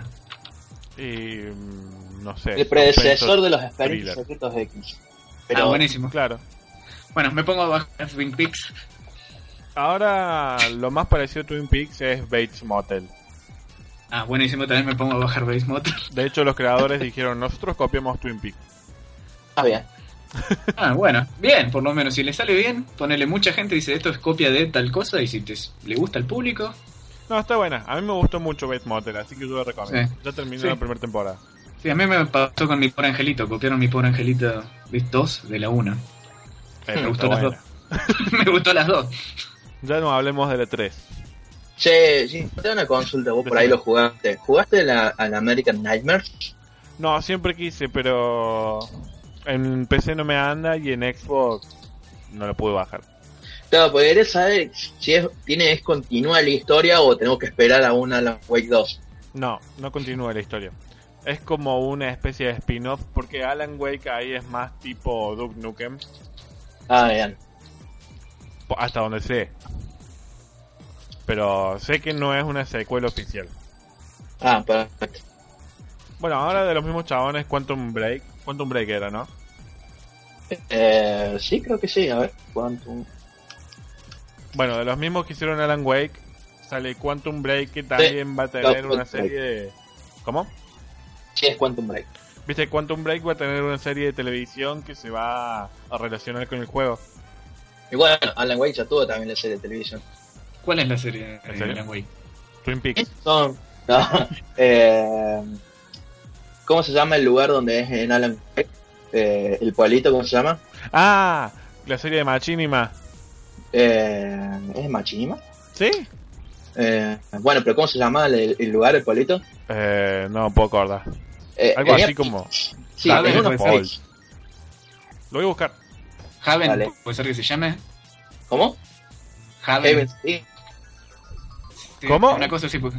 Y mm, no sé. El predecesor suspenso, de los experimentos thriller. secretos X. Ah, Pero buenísimo. Claro. Bueno, me pongo a bajar Twin Peaks. Ahora lo más parecido a Twin Peaks es Bates Motel. Ah, buenísimo, también me pongo a bajar Base Motor. De hecho, los creadores dijeron, nosotros copiamos Twin Peaks. ah, bien. Ah, bueno, bien, por lo menos. Si le sale bien, ponele mucha gente dice esto es copia de tal cosa y si te le gusta al público, No, está buena. A mí me gustó mucho Bates Motel, así que yo lo recomiendo. Sí. Ya terminó Sí. la primera temporada. sí, a mí me pasó con mi pobre angelito. Copiaron mi pobre angelito dos de la una. Eh, Me pero gustó está las buena. dos. Me gustó las dos. Ya no hablemos de la tres. Che, sí, te una consulta, vos por ahí lo jugaste. ¿Jugaste la, al American Nightmare? No, siempre quise, pero en P C no me anda y en Xbox no lo pude bajar. Claro, porque querés saber si es, tiene, es continua la historia o tenemos que esperar a una Alan Wake dos. No, no continúa la historia. Es como una especie de spin-off, porque Alan Wake ahí es más tipo Duke Nukem, Ah, bien. po- hasta donde sé. Pero sé que no es una secuela oficial. Ah, perfecto. Bueno, ahora de los mismos chabones, Quantum Break. Quantum Break era, ¿no? Eh, sí, creo que sí, a ver, Quantum. Bueno, de los mismos que hicieron Alan Wake, sale Quantum Break, que también va a tener Quantum una Break. serie de... ¿Cómo? Sí, es Quantum Break. Viste, Quantum Break va a tener una serie de televisión que se va a relacionar con el juego. Y bueno, Alan Wake ya tuvo también la serie de televisión. ¿Cuál es la serie ¿En de serio? Alan Wake? Twin Peaks. Son... No, eh, ¿Cómo se llama el lugar donde es en Alan Wake? Eh, el pueblito, ¿cómo se llama? Ah, la serie de Machinima. Eh, ¿Es Machinima? ¿Sí? Eh, bueno, pero ¿cómo se llama el, el lugar, el pueblito? Eh, no puedo acordar. Eh, Algo tenía- así como... Sí, Haven, tenía unos puede ser. points. Lo voy a buscar. Haven, Vale. puede ser que se llame. ¿Cómo? Haven. Haven, sí. Sí, ¿Cómo? Una cosa así. Pues.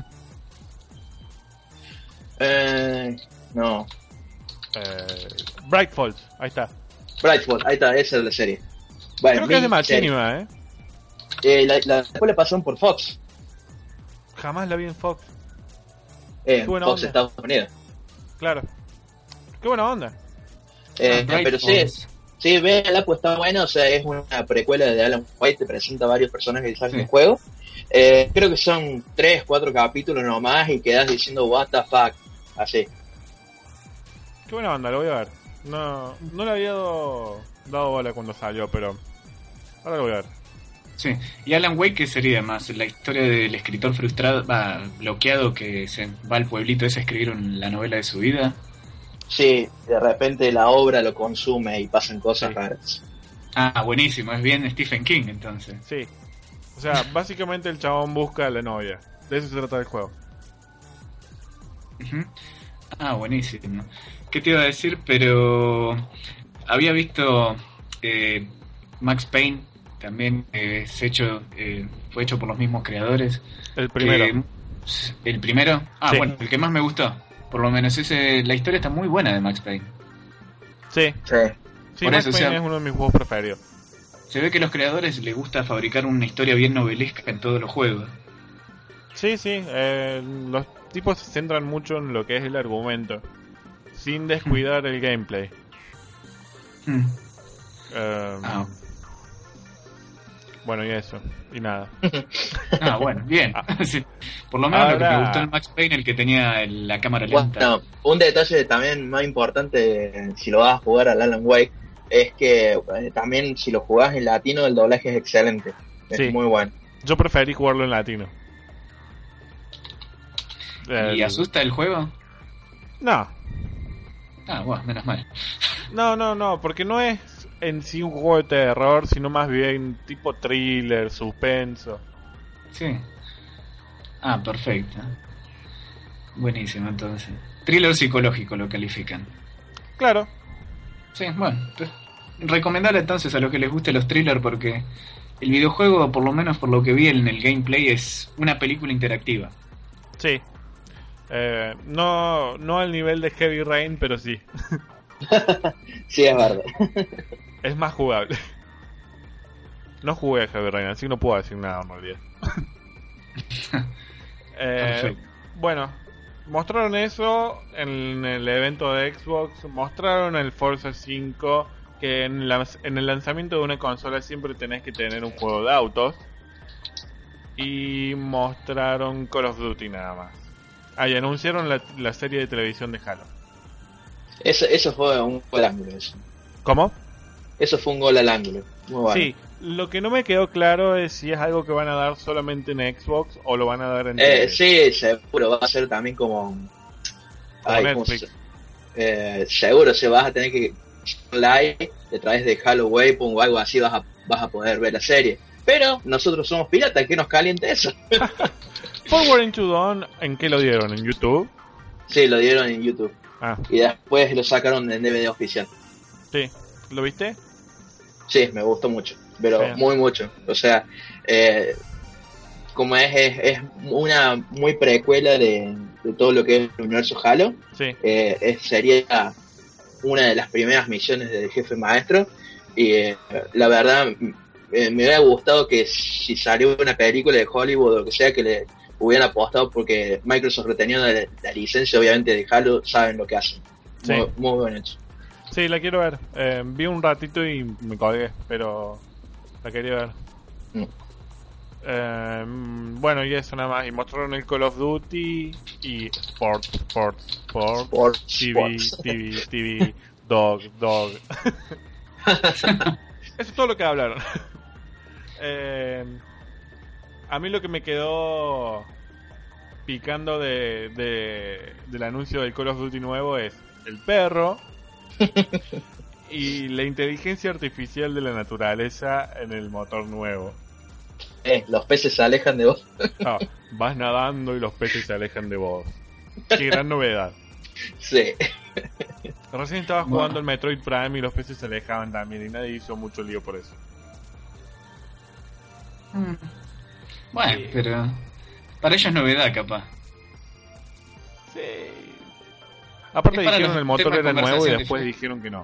Eh, no. Eh, Bright Falls, ahí está. Brightfall, ahí está, esa es la serie. Bueno, Creo que es de mi serie. Machinima, ¿eh? Eh, la, la, después la pasaron por Fox. Jamás la vi en Fox. Eh, Qué buena Fox onda. Estados Unidos. Claro. Qué buena onda. Eh, Ah, Bright pero Falls. sí, sí, véanla, pues está buena. O sea, es una precuela de Alan Wake, te presenta varios personajes que salen Sí. del juego. Eh, creo que son tres, cuatro capítulos nomás y quedas diciendo what the fuck. Así. Qué buena onda, lo voy a ver. No, no le había dado, dado bola cuando salió, pero ahora lo voy a ver. Sí. Y Alan Wake, ¿qué sería más? La historia del escritor frustrado, va, bloqueado, que se va al pueblito ese a escribir un- la novela de su vida. Sí, de repente la obra lo consume y pasan cosas Sí. raras. Ah, buenísimo, es bien Stephen King entonces. Sí. O sea, básicamente el chabón busca a la novia. De eso se trata el juego. Ujú. Ah, buenísimo. ¿Qué te iba a decir? Pero había visto eh, Max Payne, también eh, es hecho, eh, fue hecho por los mismos creadores. El primero. Que- ¿El primero? Ah, Sí. bueno, el que más me gustó. Por lo menos ese, la historia está muy buena de Max Payne. Sí. Sí. Sí, Por Max eso, o Payne sea- es uno de mis juegos preferidos. Se ve que a los creadores les gusta fabricar una historia bien novelesca en todos los juegos. Sí, sí. eh, los tipos se centran mucho en lo que es el argumento. Sin descuidar el gameplay. Hmm. Eh, Ah. Bueno, y eso. Y nada. Ah, bueno, bien. Sí. Por lo menos lo que Ahora- me gustó en Max Payne, el que tenía el- la cámara lenta. Bueno, un detalle también más importante, eh, si lo vas a jugar al Alan Wake, es que eh, también si lo jugás en latino el doblaje es excelente. Es Sí. muy bueno. Yo preferí jugarlo en latino. ¿Y El- asusta el juego? No. Ah, bueno, menos mal. No, no, no, porque no es en sí un juego de terror, sino más bien tipo thriller, suspenso. Sí. Ah, perfecto. Buenísimo, entonces. Thriller psicológico lo califican. Claro. Sí, bueno. pues, recomendable entonces a los que les guste los thrillers porque el videojuego, por lo menos por lo que vi en el gameplay, es una película interactiva. Sí. Eh, no, no al nivel de Heavy Rain, pero sí. Sí, es verdad. Es más jugable. No jugué a Heavy Rain, así que no puedo decir nada en realidad. eh, Perfecto. bueno, mostraron eso en el evento de Xbox. Mostraron el Forza cinco, que en, la- en el lanzamiento de una consola siempre tenés que tener un juego de autos. Y mostraron Call of Duty nada más. Ah, y anunciaron la, la serie de televisión de Halo. Eso, eso fue un gol al ángulo. Eso. ¿Cómo? Eso fue un gol al ángulo. Muy bueno. Sí, lo que no me quedó claro es si es algo que van a dar solamente en Xbox o lo van a dar en Eh, T V. sí, seguro. Va a ser también como. Como Ay, ¿cómo Netflix. se- eh, seguro, se vas a tener que live a través de Halo Waypoint o algo así vas a, vas a poder ver la serie. Pero nosotros somos piratas, ¿qué nos caliente eso? Forward into Dawn, ¿en qué lo dieron? ¿En YouTube? Sí, lo dieron en YouTube. Ah, Y después lo sacaron en D V D oficial. sí. ¿Lo viste? Sí, me gustó mucho. Pero Sí. muy mucho. O sea, eh, como es, es, es una muy precuela de, de todo lo que es el universo Halo. Sí. Eh, es- sería una de las primeras misiones del jefe maestro. Y eh, la verdad, m- eh, me hubiera gustado que si salió una película de Hollywood o lo que sea, que le hubieran apostado porque Microsoft reteniendo la, la licencia, obviamente, de Halo, saben lo que hacen. Sí. Muy, muy bien hecho. Sí, la quiero ver. Eh, vi un ratito y me colgué, pero la quería ver. Mm. Eh, bueno, y eso nada más. Y mostraron el Call of Duty y Sports, Sports, Sports, Sports, T V, sports. T V, T V, Dog, Dog. Eso es todo lo que hablaron. Eh, a mí lo que me quedó picando de, de, del anuncio del Call of Duty nuevo es el perro y la inteligencia artificial de la naturaleza en el motor nuevo. Eh, los peces se alejan de vos. Ah, vas nadando y los peces se alejan de vos. Qué gran novedad. Sí. Recién estaba Bueno. jugando el Metroid Prime y los peces se alejaban también y nadie hizo mucho lío por eso. Bueno, Sí. pero para ellos es novedad, capaz. Sí. Aparte Es para dijeron los el motor temas de era nuevo y conversación después diferentes. dijeron que no.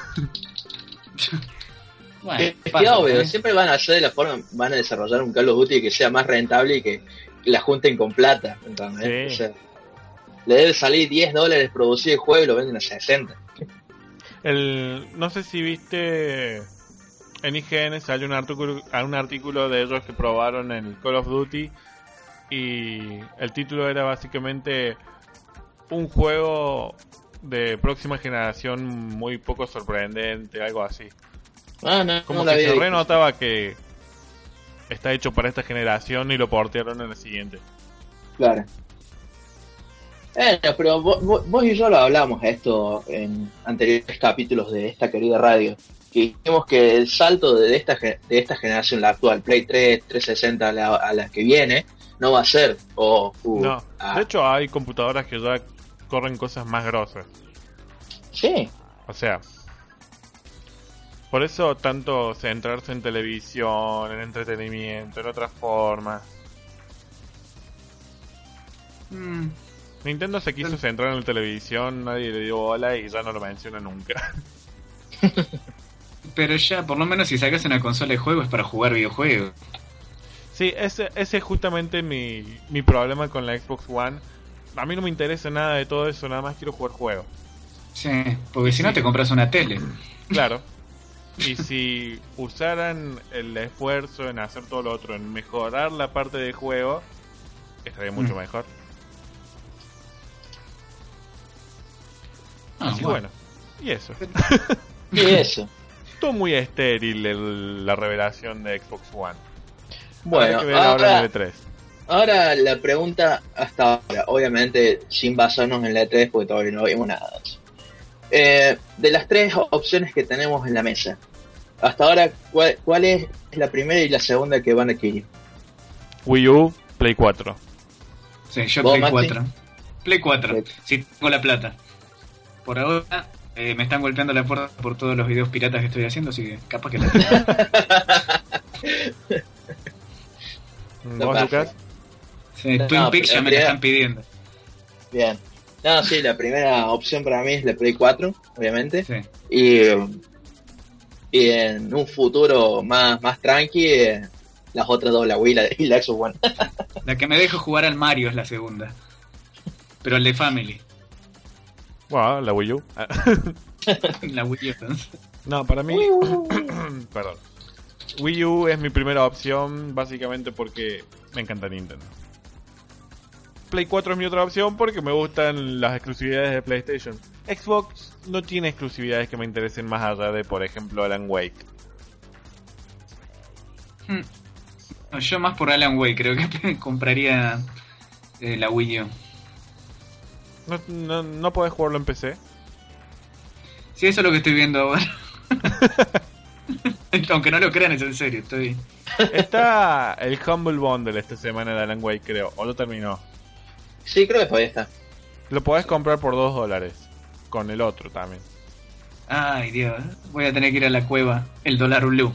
Bueno, Es que pasa, obvio, ¿eh? siempre van a hacer de la forma, van a desarrollar un Call of Duty que sea más rentable y que la junten con plata. ¿Entendés? Sí. O sea, le debe salir diez dólares producir el juego y lo venden a sesenta. El, no sé si viste en I G N salió un artículo, un artículo de ellos que probaron en el Call of Duty y el título era básicamente un juego de próxima generación muy poco sorprendente, algo así. Ah, no, Como no la que se vi. renotaba que está hecho para esta generación y lo portearon en la siguiente. Claro. Bueno, pero vos, vos- vos y yo lo hablamos esto en anteriores capítulos de esta querida radio. Que dijimos que el salto de esta, ge- de esta generación, la actual, Play tres, trescientos sesenta a la, a la que viene, no va a ser. Oh, uh, No, ah, de hecho hay computadoras que ya corren cosas más grosas. sí. O sea, por eso tanto centrarse en televisión, en entretenimiento, en otras formas. Mm, Nintendo se quiso centrar en la televisión, nadie le dio bola y ya no lo menciona nunca. pero ya, por lo menos si sacas una consola de juegos es para jugar videojuegos. Sí, ese, ese es justamente mi, mi problema con la Xbox One. A mí no me interesa nada de todo eso, nada más quiero jugar juegos. Sí, porque si no Sí. te compras una tele. Claro. Y si usaran el esfuerzo en hacer todo lo otro, en mejorar la parte de juego, estaría mucho Mm. mejor. Ah, Así que bueno, y eso. Y eso. Todo muy estéril el- la revelación de Xbox One. Bueno, Habrá que ver ahora en ahora, el E tres. ahora la pregunta hasta ahora, obviamente sin basarnos en la E tres porque todavía no vimos nada de eso. Eh, de las tres opciones que tenemos en la mesa, hasta ahora, ¿cuál, cuál es la primera y la segunda que van a adquirir? Wii U, Play cuatro. Sí, yo ¿Vos, Play Mati? cuatro. Play cuatro, Play. si tengo la plata. Por ahora eh, me están golpeando la puerta por todos los videos piratas que estoy haciendo, así que capaz que la tengo. ¿Vos, pasa. Lucas? Sí, No, Twin no, Peaks pero ya me la primera- están pidiendo. Bien. No, sí, la primera opción para mí es la Play cuatro, obviamente. Sí. Y, y en un futuro más, más tranqui, eh, las otras dos, la Wii y la, y la Xbox One. La que me dejo jugar al Mario es la segunda. Pero el de Family. Bueno, la Wii U. Ah. La Wii U. No, para mí... Perdón. Wii U es mi primera opción básicamente porque me encanta Nintendo. Play cuatro es mi otra opción porque me gustan las exclusividades de PlayStation. Xbox no tiene exclusividades que me interesen más allá de, por ejemplo, Alan Wake. Hmm. No, yo más por Alan Wake, creo que compraría eh, la Wii U. ¿No, no, no podés jugarlo en P C? Sí, eso es lo que estoy viendo ahora. Aunque no lo crean, es en serio, estoy... Está el Humble Bundle esta semana de Alan Wake, creo. O lo terminó. Sí, creo que todavía está. Lo podés comprar por dos dólares. Con el otro también. Ay, Dios, voy a tener que ir a la cueva, el dólar blue.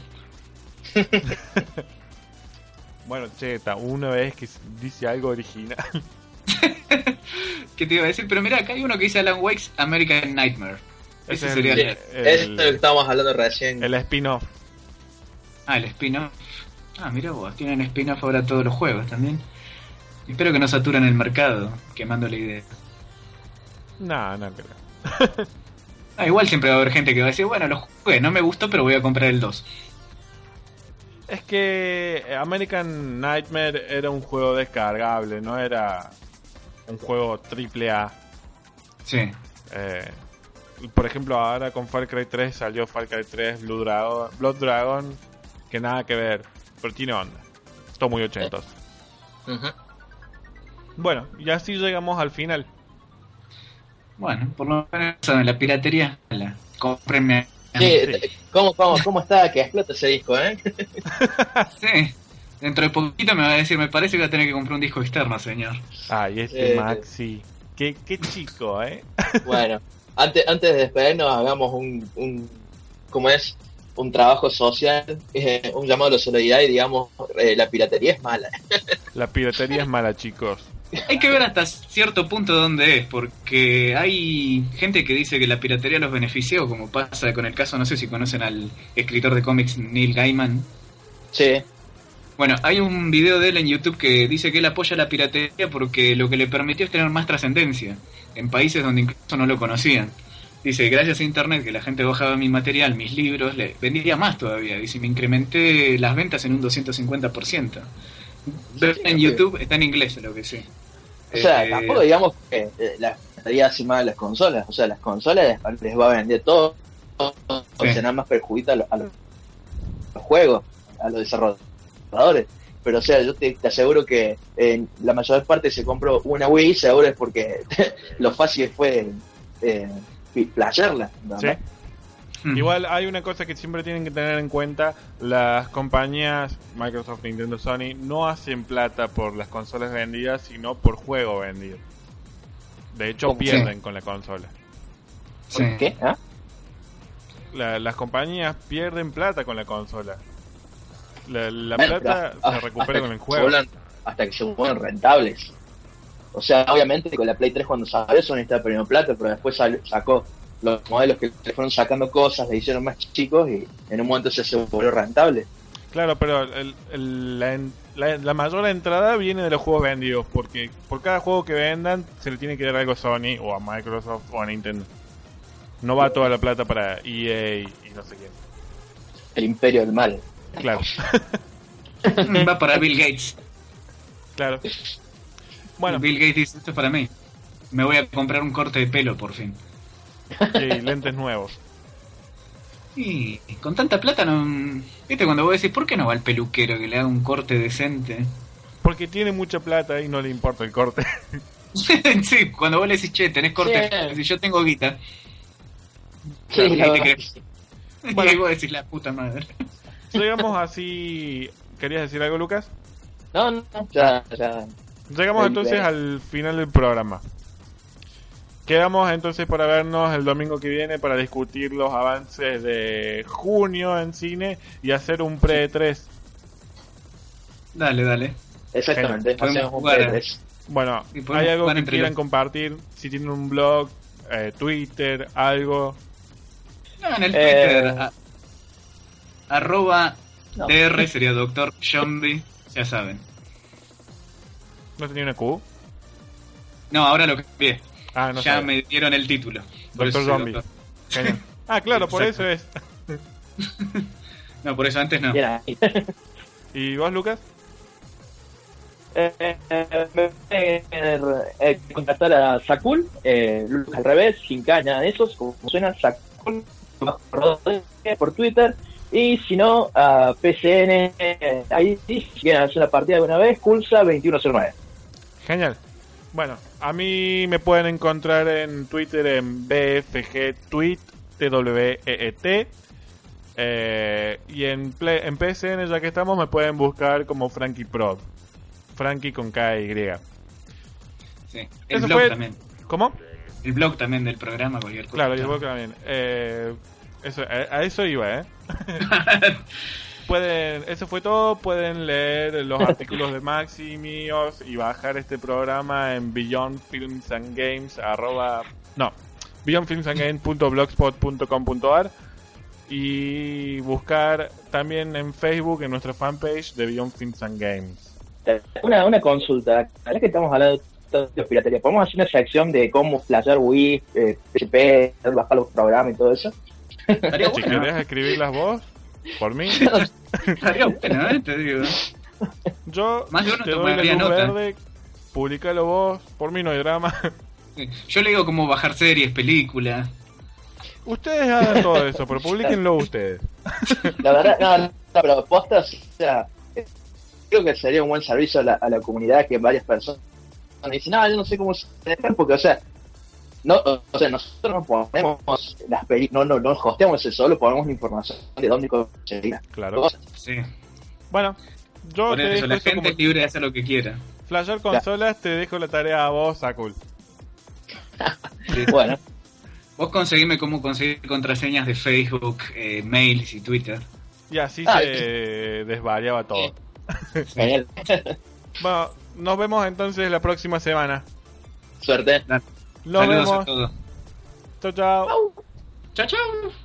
Bueno, cheta, una vez que dice algo original. ¿Qué te iba a decir? Pero mira, acá hay uno que dice Alan Wake's American Nightmare. Ese Ese es sería el- el... el- Eso es lo que estábamos hablando recién. El spin-off. Ah, el spin-off. Ah, mira vos, tienen spin-off ahora todos los juegos también. Espero que no saturen el mercado, quemando la idea. No, no creo. Ah, igual siempre va a haber gente que va a decir, bueno, lo jugué, no me gustó, pero voy a comprar el dos. Es que American Nightmare era un juego descargable, no era un juego triple A. Sí. Eh, por ejemplo, ahora con Far Cry tres salió Far Cry tres Blue Dragon, Blood Dragon, que nada que ver, pero tiene onda. Todo muy ochentoso. Ujú. Bueno, y así llegamos al final. Bueno, por lo menos saben, la piratería, la cómprenme. Sí, ¿cómo, cómo, ¿cómo está que explota ese disco, eh? Sí, dentro de poquito me va a decir, me parece que va a tener que comprar un disco externo, señor. Ay, este Eh, Maxi. Qué, qué chico, ¿eh? Bueno, antes, antes de despedirnos, hagamos un, un ¿cómo es? Un trabajo social, eh, un llamado a la solidaridad y digamos, eh, la piratería es mala. La piratería es mala, chicos. Hay que ver hasta cierto punto dónde es, porque hay gente que dice que la piratería los benefició, como pasa con el caso, no sé si conocen al escritor de cómics Neil Gaiman. Sí, Bueno, hay un video de él en YouTube que dice que él apoya la piratería porque lo que le permitió es tener más trascendencia en países donde incluso no lo conocían. Dice, gracias a internet que la gente bajaba mi material, mis libros, le vendía más todavía. Dice, me incrementé las ventas en un doscientos cincuenta por ciento. Ver en YouTube está en inglés, lo que sé. o sea, Eh, tampoco digamos que eh, la piratería hace mal a las consolas, o sea, las consolas les, les va a vender todo, todo Sí. se nada más perjudica a, lo- a los, los juegos, a los desarrolladores. Pero o sea, yo te, te aseguro que eh, la mayor parte se compró una Wii, seguro es porque lo fácil fue eh, playarla, ¿no? Sí. hmm. Igual hay una cosa que siempre tienen que tener en cuenta: las compañías Microsoft, Nintendo, Sony no hacen plata por las consolas vendidas, sino por juego vendido. De hecho, ¿Cómo? pierden con la consola. Sí. ¿Por qué? ¿Ah? La- las compañías pierden plata con la consola. La, la Bueno, plata pero, ah, se recupera hasta con el que juego. se vuelvan- hasta que se vuelvan rentables. O sea, obviamente con la Play tres cuando salió Sony estaba perdiendo plata, pero después sal- sacó los modelos que le fueron sacando cosas, le hicieron más chicos y en un momento se, se volvió rentable. Claro, pero el- el- la, en- la- la mayor entrada viene de los juegos vendidos, porque por cada juego que vendan se le tiene que dar algo a Sony o a Microsoft o a Nintendo. No va toda la plata para E A y no sé quién. El imperio del mal. Claro, Va para Bill Gates. claro. Bueno, Bill Gates dice, esto es para mí. Me voy a comprar un corte de pelo, por fin. y lentes nuevos. Y con tanta plata no... ¿Viste cuando vos decís, ¿por qué no va al peluquero que le haga un corte decente? Porque tiene mucha plata y no le importa el corte. Sí, cuando vos le decís, che, tenés corte, Sí. si yo tengo guita. Sí, Y la ahí te verdad. crees. Bueno. Y vos decís, la puta madre. Llegamos así... ¿Querías decir algo, Lucas? No, no, ya, ya. Llegamos Muy entonces bien. al final del programa. Quedamos entonces para vernos el domingo que viene para discutir los avances de junio en cine y hacer un pre tres. Dale, dale. Exactamente, Podemos hacemos un jugar a- P tres. Bueno, Y podemos ¿hay algo jugar que entre quieran los- compartir? Si tienen un blog, eh, Twitter, algo. No, en el Eh. Twitter, a- arroba No. dr sería doctor Zombie, ya saben. ¿No tenía una Q? No, ahora lo cambié. Ah, no ya sabe. me dieron el título. Por Doctor eso soy Zombie. doctor. Genial. Ah, claro, por eso Exacto. es. No, por eso antes no. Bien ahí. ¿Y vos, Lucas? Eh, eh, me pueden eh, contactar a Sakul, eh, Lucas al revés, sin K, nada de esos, como suena Sakul por Twitter, y si no, a P C N, eh, ahí si quieren hacer la partida de una vez, Culsa veintiuno cero nueve. Genial. Bueno, a mí me pueden encontrar en Twitter en B F G Tweet, T W E E T. Eh, y en, Play- en P S N, ya que estamos, me pueden buscar como Frankie Prod. Frankie con K Y. Sí. El Eso blog fue- también. ¿Cómo? El blog también del programa, cualquier cosa. Claro, y vos también. Eh, eso, a, a eso iba, ¿eh? Pueden, eso fue todo. Pueden leer los artículos de Maxi y míos y bajar este programa en Beyond Films and Games arroba, no, beyond films and games punto blogspot punto com punto a r y buscar también en Facebook en nuestra fanpage de Beyond Films and Games. Una, una consulta, ahora que estamos hablando de piratería, ¿podemos hacer una sección de cómo flashear Wii, eh, P S P, bajar los programas y todo eso? Estaría Si bueno. querés escribirlas vos, por mí, Estaría bueno, ¿eh? Te digo. yo Más de uno te doy la tomaría luz nota. verde, publicalo vos, por mí no hay drama. Sí. Yo le digo cómo bajar series, películas. Ustedes hagan todo eso, pero publiquenlo ustedes. La verdad, no, no, pero postas, o sea, eh, creo que sería un buen servicio a la, a la comunidad que varias personas dicen, no, yo no sé cómo se dejar, porque, o sea, no, o sea, nosotros no ponemos las películas, no, no, no hosteamos ese solo, ponemos la información de dónde conseguir Claro. cosas. Sí. Bueno, yo Por te eso, dejo la eso gente como es libre de hacer lo que quiera. Flasher Consolas, te dejo la tarea a vos, Sakul. Sí. Bueno, Vos conseguime cómo conseguir contraseñas de Facebook, eh, mails y Twitter. Y así Ah, se desvariaba todo. genial. Bueno, nos vemos entonces la próxima semana. Suerte. Nos Saludos vemos. a todos. Chao, chao. Chao, chao.